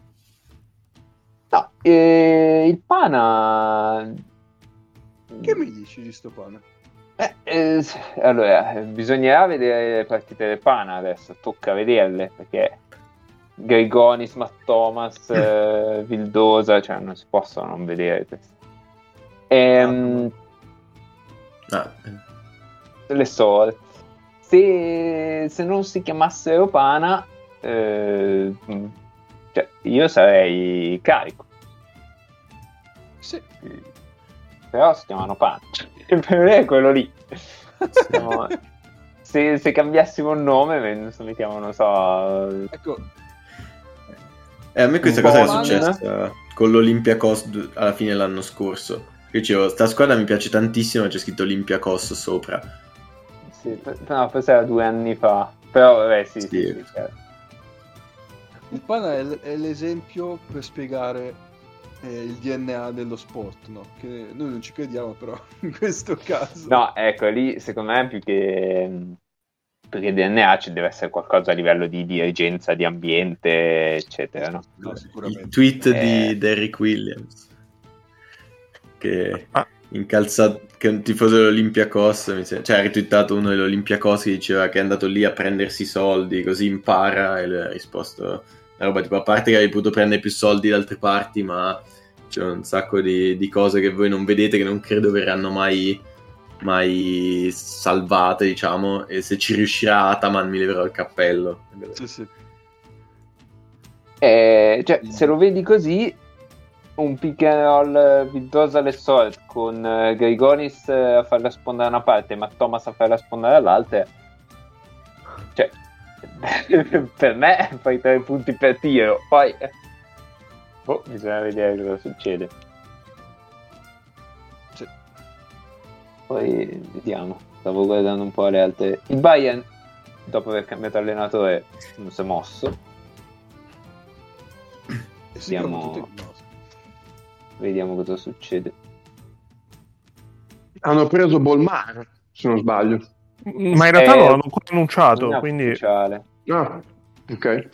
il Pana... Che mi dici di sto Pana? Allora, bisognerà vedere le partite del Pana adesso, tocca vederle, perché Grigonis, Matt Thomas, Vildosa, cioè non si possono non vedere questi. Le so, se non si chiamassero Pana, cioè, io sarei carico. Sì. Però si chiamano Pana. Per me è quello lì. Se cambiassimo il nome, mettiamo, non so. Ecco. A me questa cosa è successa con l'Olympiacos alla fine dell'anno scorso. Io dicevo, sta squadra mi piace tantissimo, c'è scritto Olympiacos sopra. Sì, no, forse era 2 anni fa. Però vabbè, sì. Certo. Il Pana è l'esempio per spiegare il DNA dello sport, no? Che noi non ci crediamo, però in questo caso. No, ecco, lì secondo me più che perché DNA ci deve essere qualcosa a livello di dirigenza, di ambiente, eccetera, no? No, sicuramente. Il tweet di Derrick Williams che che è un tifoso dell'Olympiacos, cioè ha ritweetato uno dell'Olympiacos che diceva che è andato lì a prendersi i soldi, così impara, e lui ha risposto una roba tipo, a parte che hai potuto prendere più soldi da altre parti, ma c'è un sacco di cose che voi non vedete, che non credo verranno mai salvate, diciamo, e se ci riuscirà Ataman mi leverò il cappello. Sì. Cioè, se lo vedi così, un pick and roll Vildosa all'Essort con Grigonis a fare la sponda da una parte e Matt Thomas a fare la sponda dall'altra, cioè per me fai 3 punti per tiro, poi bisogna vedere cosa succede. Sì. Poi vediamo, stavo guardando un po' le altre. Il Bayern, dopo aver cambiato allenatore, non si è mosso. Vediamo cosa succede. Hanno preso Bolmar, se non sbaglio. Ma in realtà non l'hanno ancora annunciato, quindi... Ah, ok.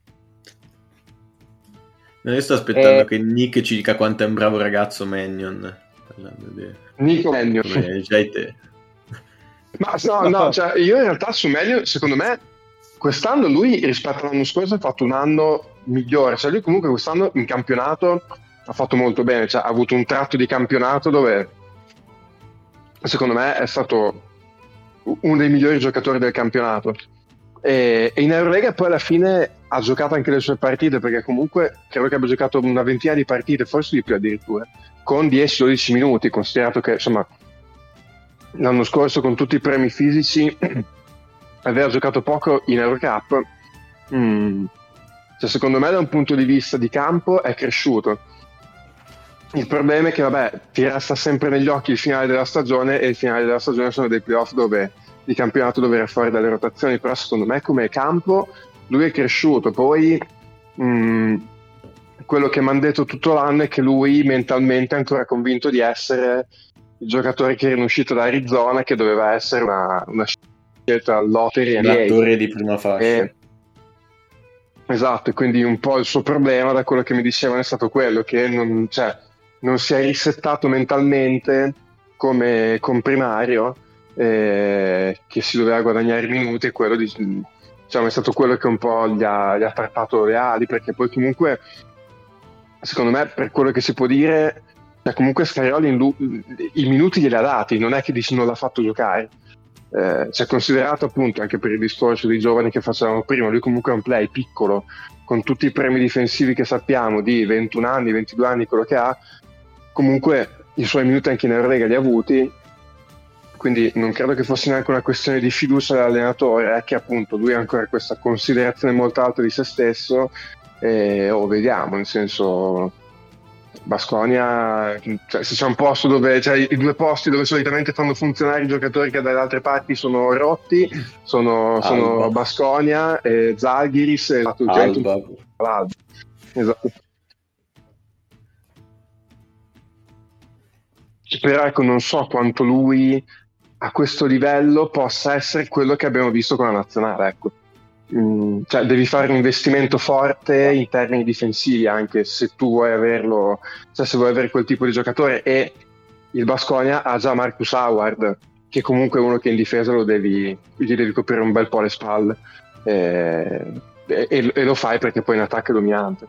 Io sto aspettando che Nick ci dica quanto è un bravo ragazzo Mannion. Nico Mannion. Come già te. Ma no, cioè, io in realtà su Mannion, secondo me, quest'anno lui rispetto all'anno scorso ha fatto un anno migliore. Cioè lui comunque quest'anno in campionato ha fatto molto bene, cioè ha avuto un tratto di campionato dove secondo me è stato uno dei migliori giocatori del campionato. e in Eurolega poi alla fine ha giocato anche le sue partite, perché comunque credo che abbia giocato una ventina di partite, forse di più addirittura, con 10-12 minuti, considerato che insomma l'anno scorso con tutti i premi fisici aveva giocato poco in Eurocup. Cioè, secondo me da un punto di vista di campo è cresciuto. Il problema è che vabbè, ti resta sempre negli occhi il finale della stagione, e il finale della stagione sono dei playoff dove il campionato dove era fuori dalle rotazioni, però secondo me come campo lui è cresciuto. Poi quello che mi hanno detto tutto l'anno è che lui mentalmente è ancora convinto di essere il giocatore che era in uscita da Arizona, che doveva essere una scelta lottery l'attore di prima fascia. Esatto, e quindi un po' il suo problema, da quello che mi dicevano, è stato quello che non si è risettato mentalmente come comprimario, che si doveva guadagnare minuti, e quello diciamo, è stato quello che un po' gli ha trattato le ali, perché poi comunque secondo me, per quello che si può dire, cioè comunque Scarioli i minuti glieli ha dati, non è che dici non l'ha fatto giocare. C'è considerato, appunto, anche per il discorso dei giovani che facevamo prima, lui comunque è un play piccolo, con tutti i premi difensivi che sappiamo, di 21 anni, 22 anni, quello che ha, comunque i suoi minuti anche in Eurolega li ha avuti, quindi non credo che fosse neanche una questione di fiducia dell'allenatore, è che appunto lui ha ancora questa considerazione molto alta di se stesso, vediamo, nel senso, Baskonia, cioè, se c'è un posto dove, cioè, i due posti dove solitamente fanno funzionare i giocatori che dalle altre parti sono rotti, sono Baskonia, Zalgiris e Alba. Esatto. Però ecco, non so quanto lui a questo livello possa essere quello che abbiamo visto con la nazionale, ecco. Cioè, devi fare un investimento forte in termini difensivi, anche se tu vuoi averlo, cioè se vuoi avere quel tipo di giocatore, e il Baskonia ha già Marcus Howard, che comunque è uno che in difesa gli devi coprire un bel po' le spalle, e lo fai perché poi in attacco è dominante.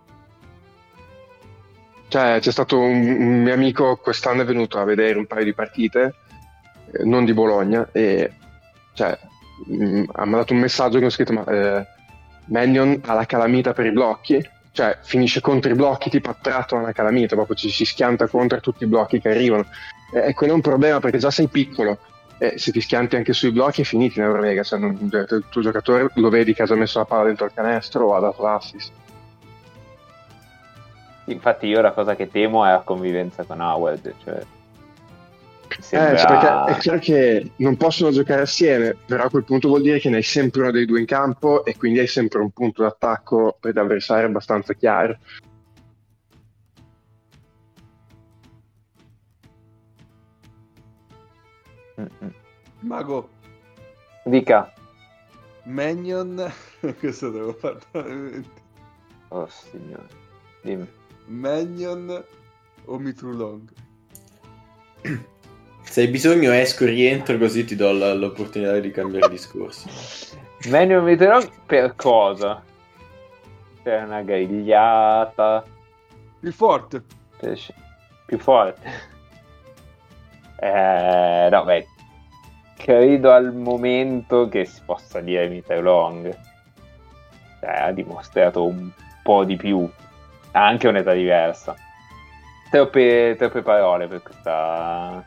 Cioè, c'è stato un mio amico quest'anno, è venuto a vedere un paio di partite, non di Bologna, e cioè ha mandato un messaggio che ho scritto: Mannion ha la calamita per i blocchi, cioè finisce contro i blocchi tipo attratto da una calamita, proprio ci si schianta contro tutti i blocchi che arrivano, e quello è un problema, perché già sei piccolo, se ti schianti anche sui blocchi è finito in Eurolega, cioè il tuo giocatore lo vedi che ha già messo la palla dentro il canestro o ha dato l'assist. Infatti io la cosa che temo è la convivenza con Howard, cioè sembra... cioè, perché è chiaro che non possono giocare assieme, però a quel punto vuol dire che ne hai sempre uno dei due in campo, e quindi hai sempre un punto d'attacco per l'avversario abbastanza chiaro. Mago, Dica. Mannion, questo devo fare. Oh signore, dimmi. Mannion o Mitrulong? Se hai bisogno esco e rientro, così ti do l'opportunità di cambiare discorso. Mannion Mitrulong per cosa? Per una grigliata? Il forte. Più forte? No, beh, credo al momento che si possa dire Mitrulong. Ha dimostrato un po' di più, ha anche un'età diversa. Troppe parole per questa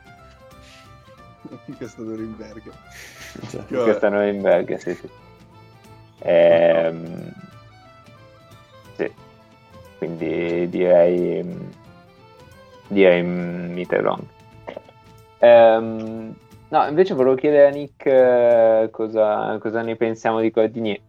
Norimberga. Questa Norimberga, sì. Sì. Quindi direi Mitterrand. No, invece volevo chiedere a Nick cosa ne pensiamo di Cordinier.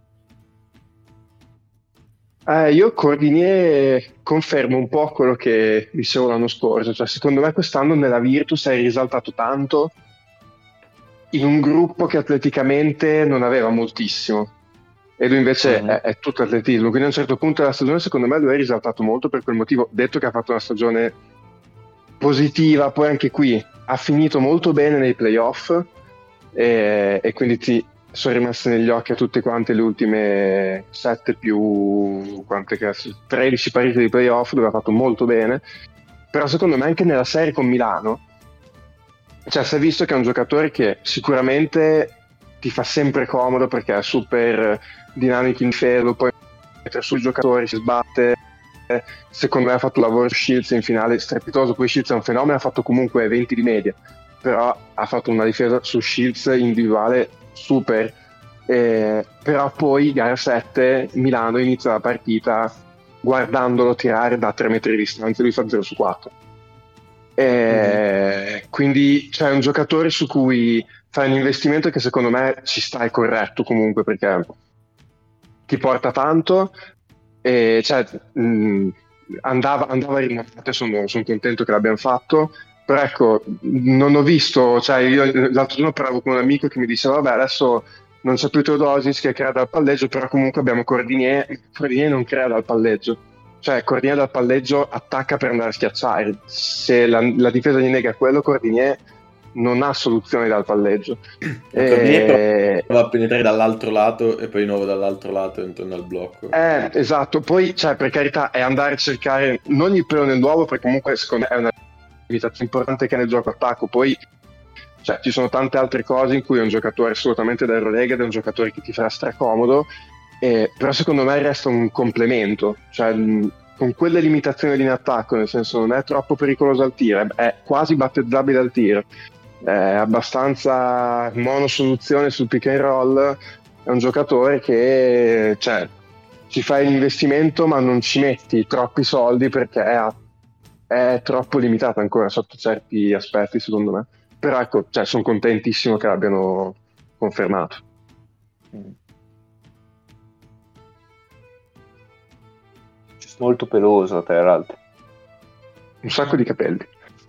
Io Cordinier confermo un po' quello che dicevo l'anno scorso, cioè secondo me quest'anno nella Virtus hai risaltato tanto in un gruppo che atleticamente non aveva moltissimo, e lui invece è tutto atletismo, quindi a un certo punto della stagione secondo me lui è risaltato molto per quel motivo, detto che ha fatto una stagione positiva. Poi anche qui ha finito molto bene nei playoff, e quindi ti sono rimaste negli occhi a tutte quante le ultime 7 più 13 partite di playoff dove ha fatto molto bene. Però secondo me anche nella serie con Milano, cioè si è visto che è un giocatore che sicuramente ti fa sempre comodo perché è super dinamico in felo, poi mentre sui giocatori si sbatte. Secondo me ha fatto un lavoro su Shields in finale strepitoso. Poi Shields è un fenomeno, ha fatto comunque 20 di media, però ha fatto una difesa su Shields individuale super. Però poi gara 7 Milano inizia la partita guardandolo tirare da 3 metri di distanza, lui fa 0 su 4. Quindi c'è un giocatore su cui fai un investimento che secondo me ci sta, è corretto comunque, perché ti porta tanto e cioè, andava rinnovato, sono contento che l'abbiamo fatto, però ecco, non ho visto, cioè io l'altro giorno parlavo con un amico che mi diceva vabbè adesso non c'è più Teodosic che crea dal palleggio, però comunque abbiamo Cordinier non crea dal palleggio, cioè Cordinier dal palleggio attacca per andare a schiacciare, se la difesa gli nega quello, Cordinier non ha soluzioni dal palleggio. Cordinier va a penetrare dall'altro lato e poi di nuovo dall'altro lato intorno al blocco. Esatto, poi cioè, per carità è andare a cercare non il pelo nell'uovo, perché comunque secondo me è una limitazione importante che è nel gioco attacco, poi cioè, ci sono tante altre cose in cui è un giocatore assolutamente da Eurolega ed è un giocatore che ti farà stracomodo, però secondo me resta un complemento, cioè con quelle limitazioni in attacco, nel senso non è troppo pericoloso al tiro, è quasi battezzabile al tiro, è abbastanza monosoluzione sul pick and roll, è un giocatore che cioè, ci fai l'investimento ma non ci metti troppi soldi perché è troppo limitato ancora sotto certi aspetti secondo me. Però ecco, cioè, sono contentissimo che l'abbiano confermato. Molto peloso, tra l'altro. Un sacco di capelli.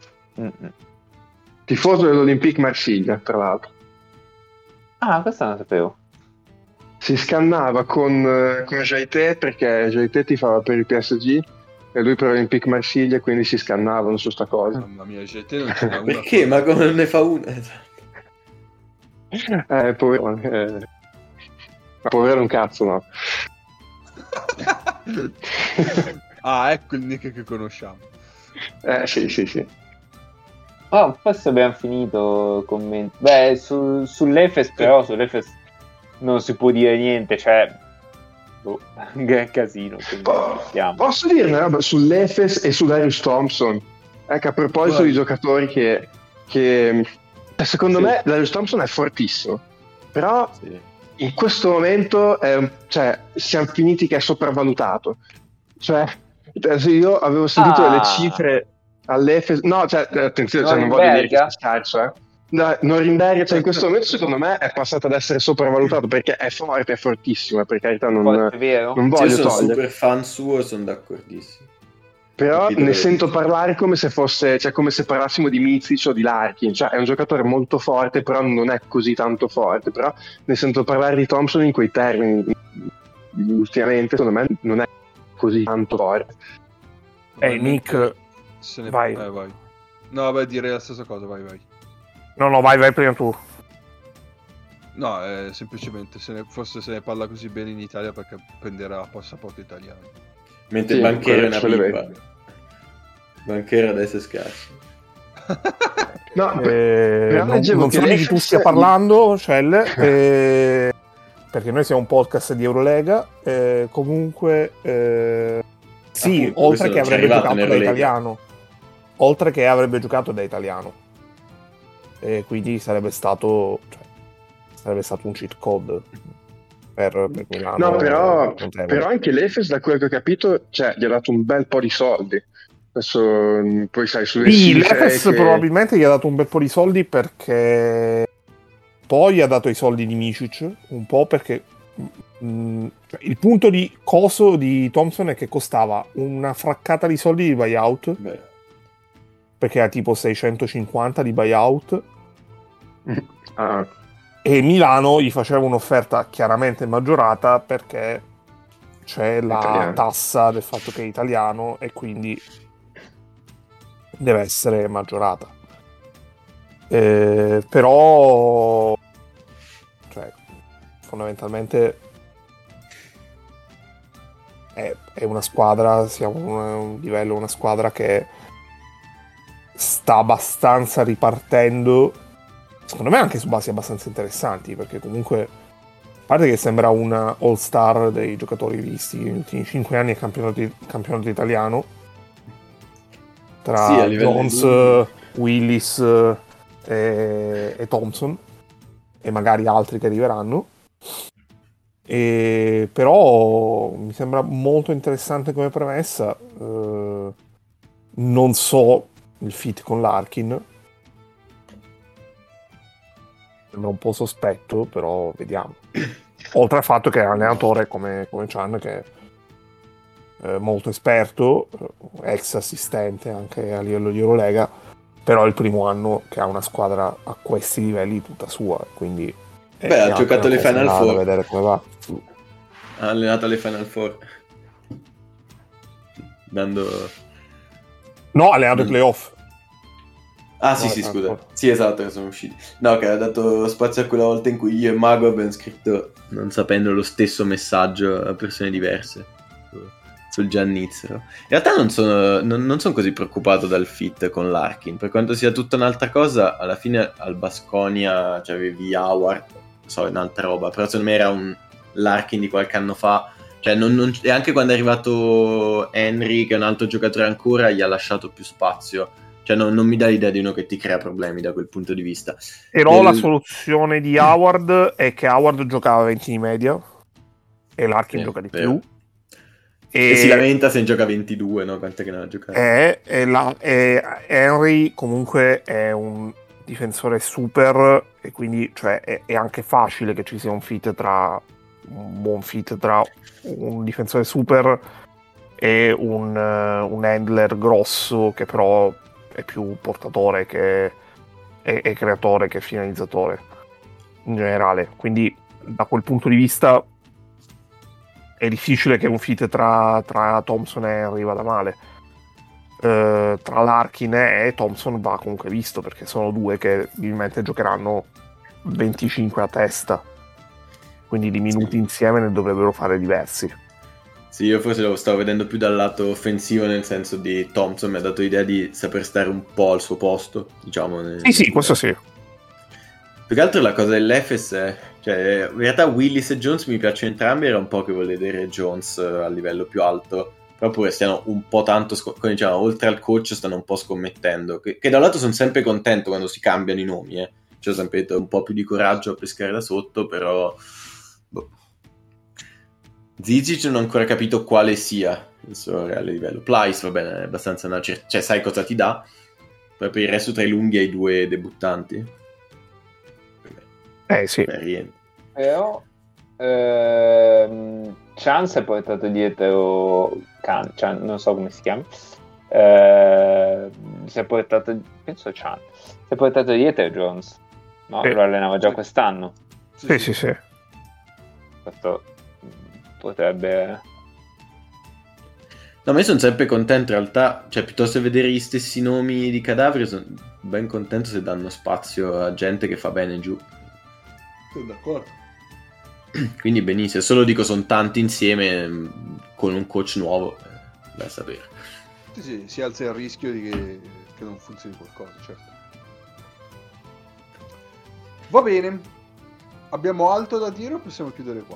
Tifoso dell'Olympique Marsiglia, tra l'altro. Ah, questa non la sapevo. Si scannava con Jaité perché Jaité tifava per il PSG e lui per l'Olympique Marsiglia, quindi si scannavano su sta cosa. Mamma mia, Jaité non ce n'è una. Perché? Ma come non ne fa una? Povero. Povero un cazzo, no? Ecco il nick che conosciamo. Sì. Oh, forse abbiamo finito commenti. Beh, sull'Efes però, sull'Efes non si può dire niente, cioè che casino. Posso dire una roba sull'Efes e su Darius Thompson? Ecco, a proposito di giocatori che secondo me Darius Thompson è fortissimo, però in questo momento cioè, siamo finiti che è sopravvalutato. Cioè, io avevo sentito delle cifre all'Efes, no, cioè, attenzione, cioè, non voglio dire che sia scarso, No, Norimberga, cioè in questo momento secondo me è passato ad essere sopravvalutato perché è forte, è fortissimo, per carità non voglio io sono togliere. super fan suo e sono d'accordissimo. Però ne sento parlare come se fosse, cioè come se parlassimo di Mizic o di Larkin, cioè è un giocatore molto forte però non è così tanto forte, però ne sento parlare di Thompson in quei termini, ultimamente secondo me non è così tanto forte. Nick, vai. Vai. No, vabbè, direi la stessa cosa, vai. No, vai prima tu. No, semplicemente se ne parla così bene in Italia perché prenderà passaporto italiano. Mentre Banchero è una pipa. Banchero adesso è scarso. No, non so di chi tu stia parlando, Celle, perché noi siamo un podcast di Eurolega. Comunque, sì, appunto, oltre che avrebbe giocato da Eurolega. italiano. Oltre che avrebbe giocato da italiano. E quindi sarebbe stato un cheat code per Milano. No, però anche l'Efes, da quello che ho capito, cioè, gli ha dato un bel po' di soldi. Adesso poi sai sulle cifre l'Efes probabilmente gli ha dato un bel po' di soldi perché poi ha dato i soldi di Micic, un po' perché cioè, il punto di coso di Thompson è che costava una fraccata di soldi di buyout. Perché era tipo 650 di buyout. E Milano gli faceva un'offerta chiaramente maggiorata perché c'è la tassa del fatto che è italiano e quindi deve essere maggiorata. Però cioè, fondamentalmente è una squadra, siamo a un livello, una squadra che sta abbastanza ripartendo secondo me anche su basi abbastanza interessanti, perché comunque, a parte che sembra una all-star dei giocatori visti negli ultimi 5 anni al campionato italiano, tra Sì, a livello Jones, Willis e Thompson, e magari altri che arriveranno. Però mi sembra molto interessante come premessa. Non so il fit con Larkin, sembra un po' sospetto, però vediamo. Oltre al fatto che è un allenatore come Chan, che è molto esperto, ex assistente anche a livello di Eurolega, però è il primo anno che ha una squadra a questi livelli tutta sua, quindi ha giocato le Final Four, da vedere come va. Ha allenato le Final Four, no, ha allenato i playoff. Ah sì, scusa. Sì, esatto, che sono usciti. No, che ha dato spazio a quella volta in cui io e Mago abbiamo scritto, non sapendo, lo stesso messaggio a persone diverse sul Giannizzero. In realtà non sono così preoccupato dal fit con Larkin, per quanto sia tutta un'altra cosa. Alla fine al Baskonia c'avevi Howard, so, un'altra roba, però secondo me era un Larkin di qualche anno fa. Cioè, e anche quando è arrivato Henry, che è un altro giocatore ancora, gli ha lasciato più spazio. Cioè non mi dà l'idea di uno che ti crea problemi da quel punto di vista. Però la soluzione di Howard è che Howard giocava 20 di media e Larkin gioca di più. E si lamenta se ne gioca 22, no? Quante che ne ha giocato. Henry comunque è un difensore super, e quindi cioè, è anche facile che ci sia un buon fit tra un difensore super e un handler grosso, che però è più portatore che è creatore che finalizzatore in generale. Quindi da quel punto di vista è difficile che un fit tra Thompson e Henry vada male. Tra Larkin e Thompson va comunque visto, perché sono due che probabilmente giocheranno 25 a testa, quindi di minuti insieme ne dovrebbero fare diversi. Sì, io forse lo stavo vedendo più dal lato offensivo, nel senso di Thompson mi ha dato l'idea di saper stare un po' al suo posto, diciamo. Sì, questo sì. Più che altro la cosa dell'Efes è, cioè, in realtà Willis e Jones mi piacciono entrambi, era un po' che volevo vedere Jones a livello più alto, però pure stiano un po' tanto, come diciamo, oltre al coach stanno un po' scommettendo, che da un lato sono sempre contento quando si cambiano i nomi, cioè ho sempre detto un po' più di coraggio a pescare da sotto, però Zizic non ho ancora capito quale sia il suo reale livello. Plyce, va bene, è abbastanza cioè sai cosa ti dà, poi per il resto tra i lunghi hai due debuttanti. Sì. Però Chan si è portato dietro Chan, non so come si chiama, si è portato, penso Chan, si è portato dietro Jones, no? Lo allenava già quest'anno. Sì. No, Questo potrebbe... ma io sono sempre contento in realtà, cioè piuttosto che vedere gli stessi nomi di cadaveri, sono ben contento se danno spazio a gente che fa bene giù. Sono d'accordo. Quindi benissimo, solo dico sono tanti insieme con un coach nuovo, da sapere. Sì, si alza il rischio di che non funzioni qualcosa, certo. Va bene, abbiamo altro da dire o possiamo chiudere qua?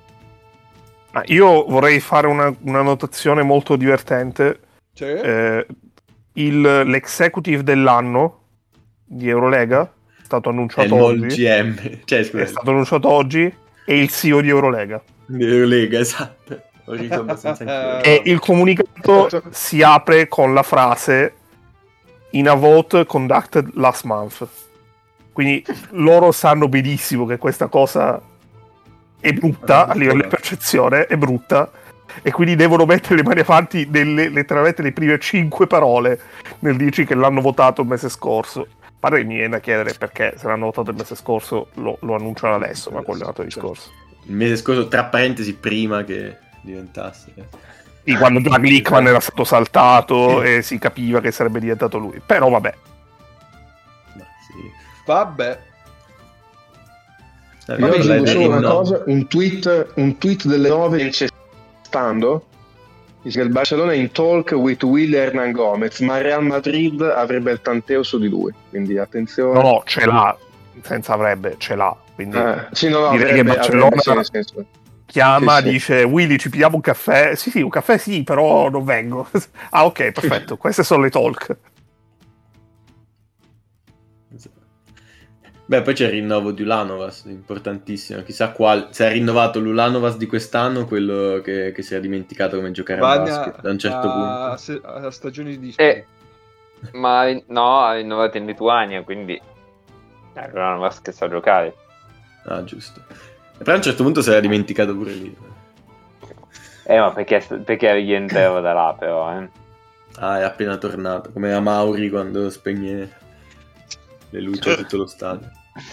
Io vorrei fare una notazione molto divertente. Cioè? L'executive dell'anno di Eurolega è stato annunciato oggi. GM. Cioè, è stato annunciato oggi, e il CEO di Eurolega. Di Eurolega, esatto. Ho riso abbastanza anch'io. E il comunicato si apre con la frase "in a vote conducted last month". Quindi loro sanno benissimo che questa cosa è brutta, a livello di percezione è brutta, e quindi devono mettere le mani avanti letteralmente le prime 5 parole nel dirci che l'hanno votato il mese scorso. Pare che mi viene da chiedere perché, se l'hanno votato il mese scorso lo annunciano adesso, ma quello è un altro discorso. Il mese scorso, tra parentesi, prima che diventasse. Sì, quando Doug Lickman era stato saltato e si capiva che sarebbe diventato lui. Però vabbè. Ma sì. Vabbè. Io aggiungo solo una cosa, un tweet delle 9 incestando, dice che il Barcellona è in talk with Will Hernan Gomez, ma il Real Madrid avrebbe il tanteo su di lui, quindi attenzione. No, ce l'ha. senza avrebbe, ce l'ha, quindi sì, no, direi che Barcellona sì, nel senso. chiama, Sì. dice Willy ci pigliamo un caffè? Sì, un caffè sì, però non vengo. Ah, ok, perfetto, queste sono le talk. Beh, poi c'è il rinnovo di Ulanovas, importantissimo. Chissà se ha rinnovato l'Ulanovas di quest'anno, quello che si era dimenticato come giocare a basket da un certo punto. A stagioni dispari. Ma no, ha rinnovato in Lituania, quindi non va che sa giocare. Ah, giusto. Però a un certo punto si era dimenticato pure lì. Ma perché rientrava da là, però. Ah, è appena tornato, come a Mauri quando spegne le luci a tutto lo stadio.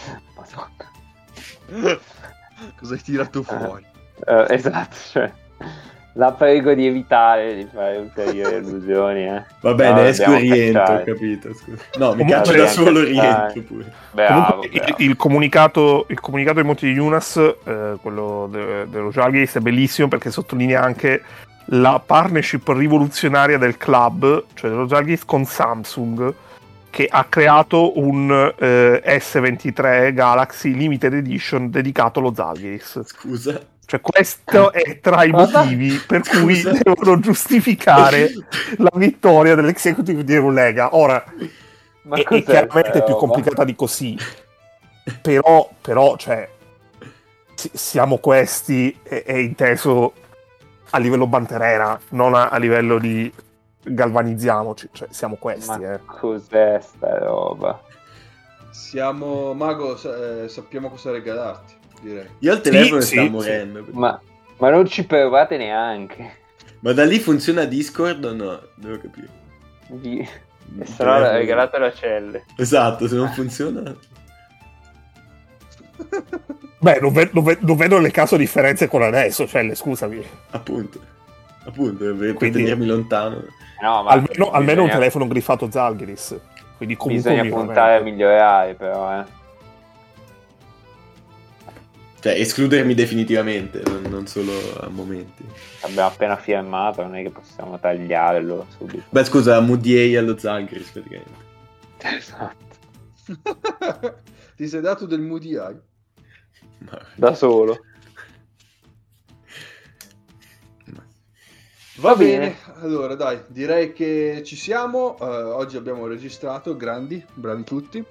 Cosa hai tirato fuori? Esatto, cioè, la prego di evitare di fare ulteriori allusioni. Va bene, no, esco e rientro, ho capito. Scusa. No, mi caccio da solo, rientro pure. Bravo. Il comunicato di Monti Jonas, quello dello Žalgiris, è bellissimo perché sottolinea anche la partnership rivoluzionaria del club, cioè dello Žalgiris con Samsung, che ha creato un S23 Galaxy Limited Edition dedicato allo Žalgiris. Scusa. Cioè questo è tra i motivi per cui devono giustificare la vittoria dell'Executive di Eurolega. Ora, è chiaramente più complicata di così, però cioè, siamo questi, è inteso a livello banterera, non a livello di galvanizziamoci, cioè siamo questi. Ma cos'è sta roba? Siamo, Mago, sappiamo cosa regalarti, direi. Io al telefono sto morendo. Ma non ci provate neanche. Ma da lì funziona Discord o no? Devo capire. E se no regalate la celle. Esatto, se non funziona... Beh, non vedo le caso differenze con adesso, cioè, scusami. Appunto, per tenermi lontano. No, ma almeno un telefono griffato Žalgiris. Quindi comunque bisogna puntare a migliorare, però. Cioè, escludermi definitivamente, non solo a momenti. Abbiamo appena firmato, non è che possiamo tagliarlo subito. Beh, scusa, Mudiei allo Žalgiris, praticamente. Esatto. Ti sei dato del Moody Eye? Da solo. Va bene, allora dai, direi che ci siamo. Oggi abbiamo registrato, bravi tutti.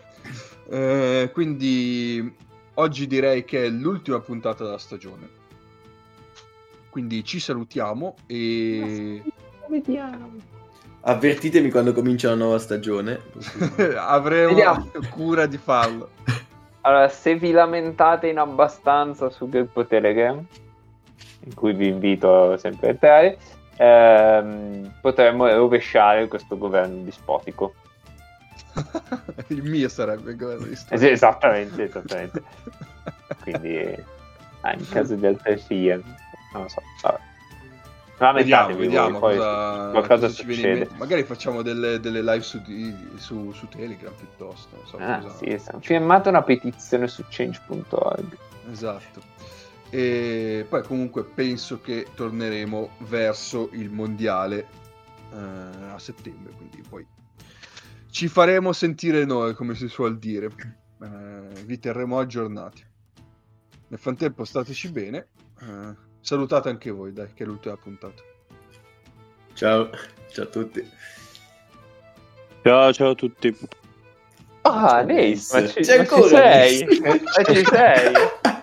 Quindi oggi direi che è l'ultima puntata della stagione. Quindi ci salutiamo e Vediamo. Avvertitemi quando comincia la nuova stagione. avremo cura di farlo. Allora, se vi lamentate in abbastanza sul gruppo Telegram, in cui vi invito sempre a entrare, potremmo rovesciare questo governo dispotico. Il mio sarebbe il governo dispotico. Esattamente. Quindi, in caso di altre figlie, non lo so. Vabbè. Vediamo poi qualcosa ci viene in mente. Magari facciamo delle live su Telegram piuttosto. Non so sì, firmate una petizione su change.org. Esatto. E poi comunque penso che torneremo verso il mondiale a settembre, quindi poi ci faremo sentire noi, come si suol dire. Vi terremo aggiornati. Nel frattempo stateci bene. Salutate anche voi, dai, che è l'ultima puntata. Ciao a tutti. Ciao a tutti. Nace, c'è ancora ci sei? Ci sei?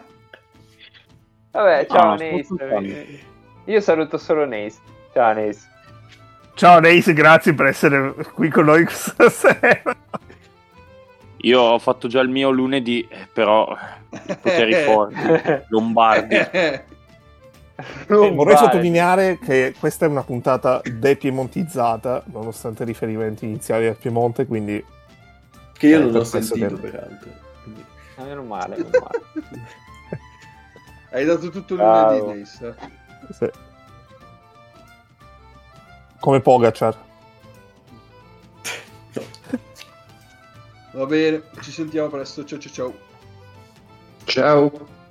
Vabbè, ciao Nace. Io saluto solo Nace. Ciao Nace. Ciao Nace, grazie per essere qui con noi questa sera. Io ho fatto già il mio lunedì, però poteri forti, Lombardi. Vorrei sottolineare che questa è una puntata depiemontizzata, nonostante i riferimenti iniziali al Piemonte, quindi... Che io non ho sentito, peraltro. Quindi... Non male. Hai dato tutto il lunedì, Nace. Sì. Come Pogacar. No. Va bene, ci sentiamo presto. Ciao. Ciao.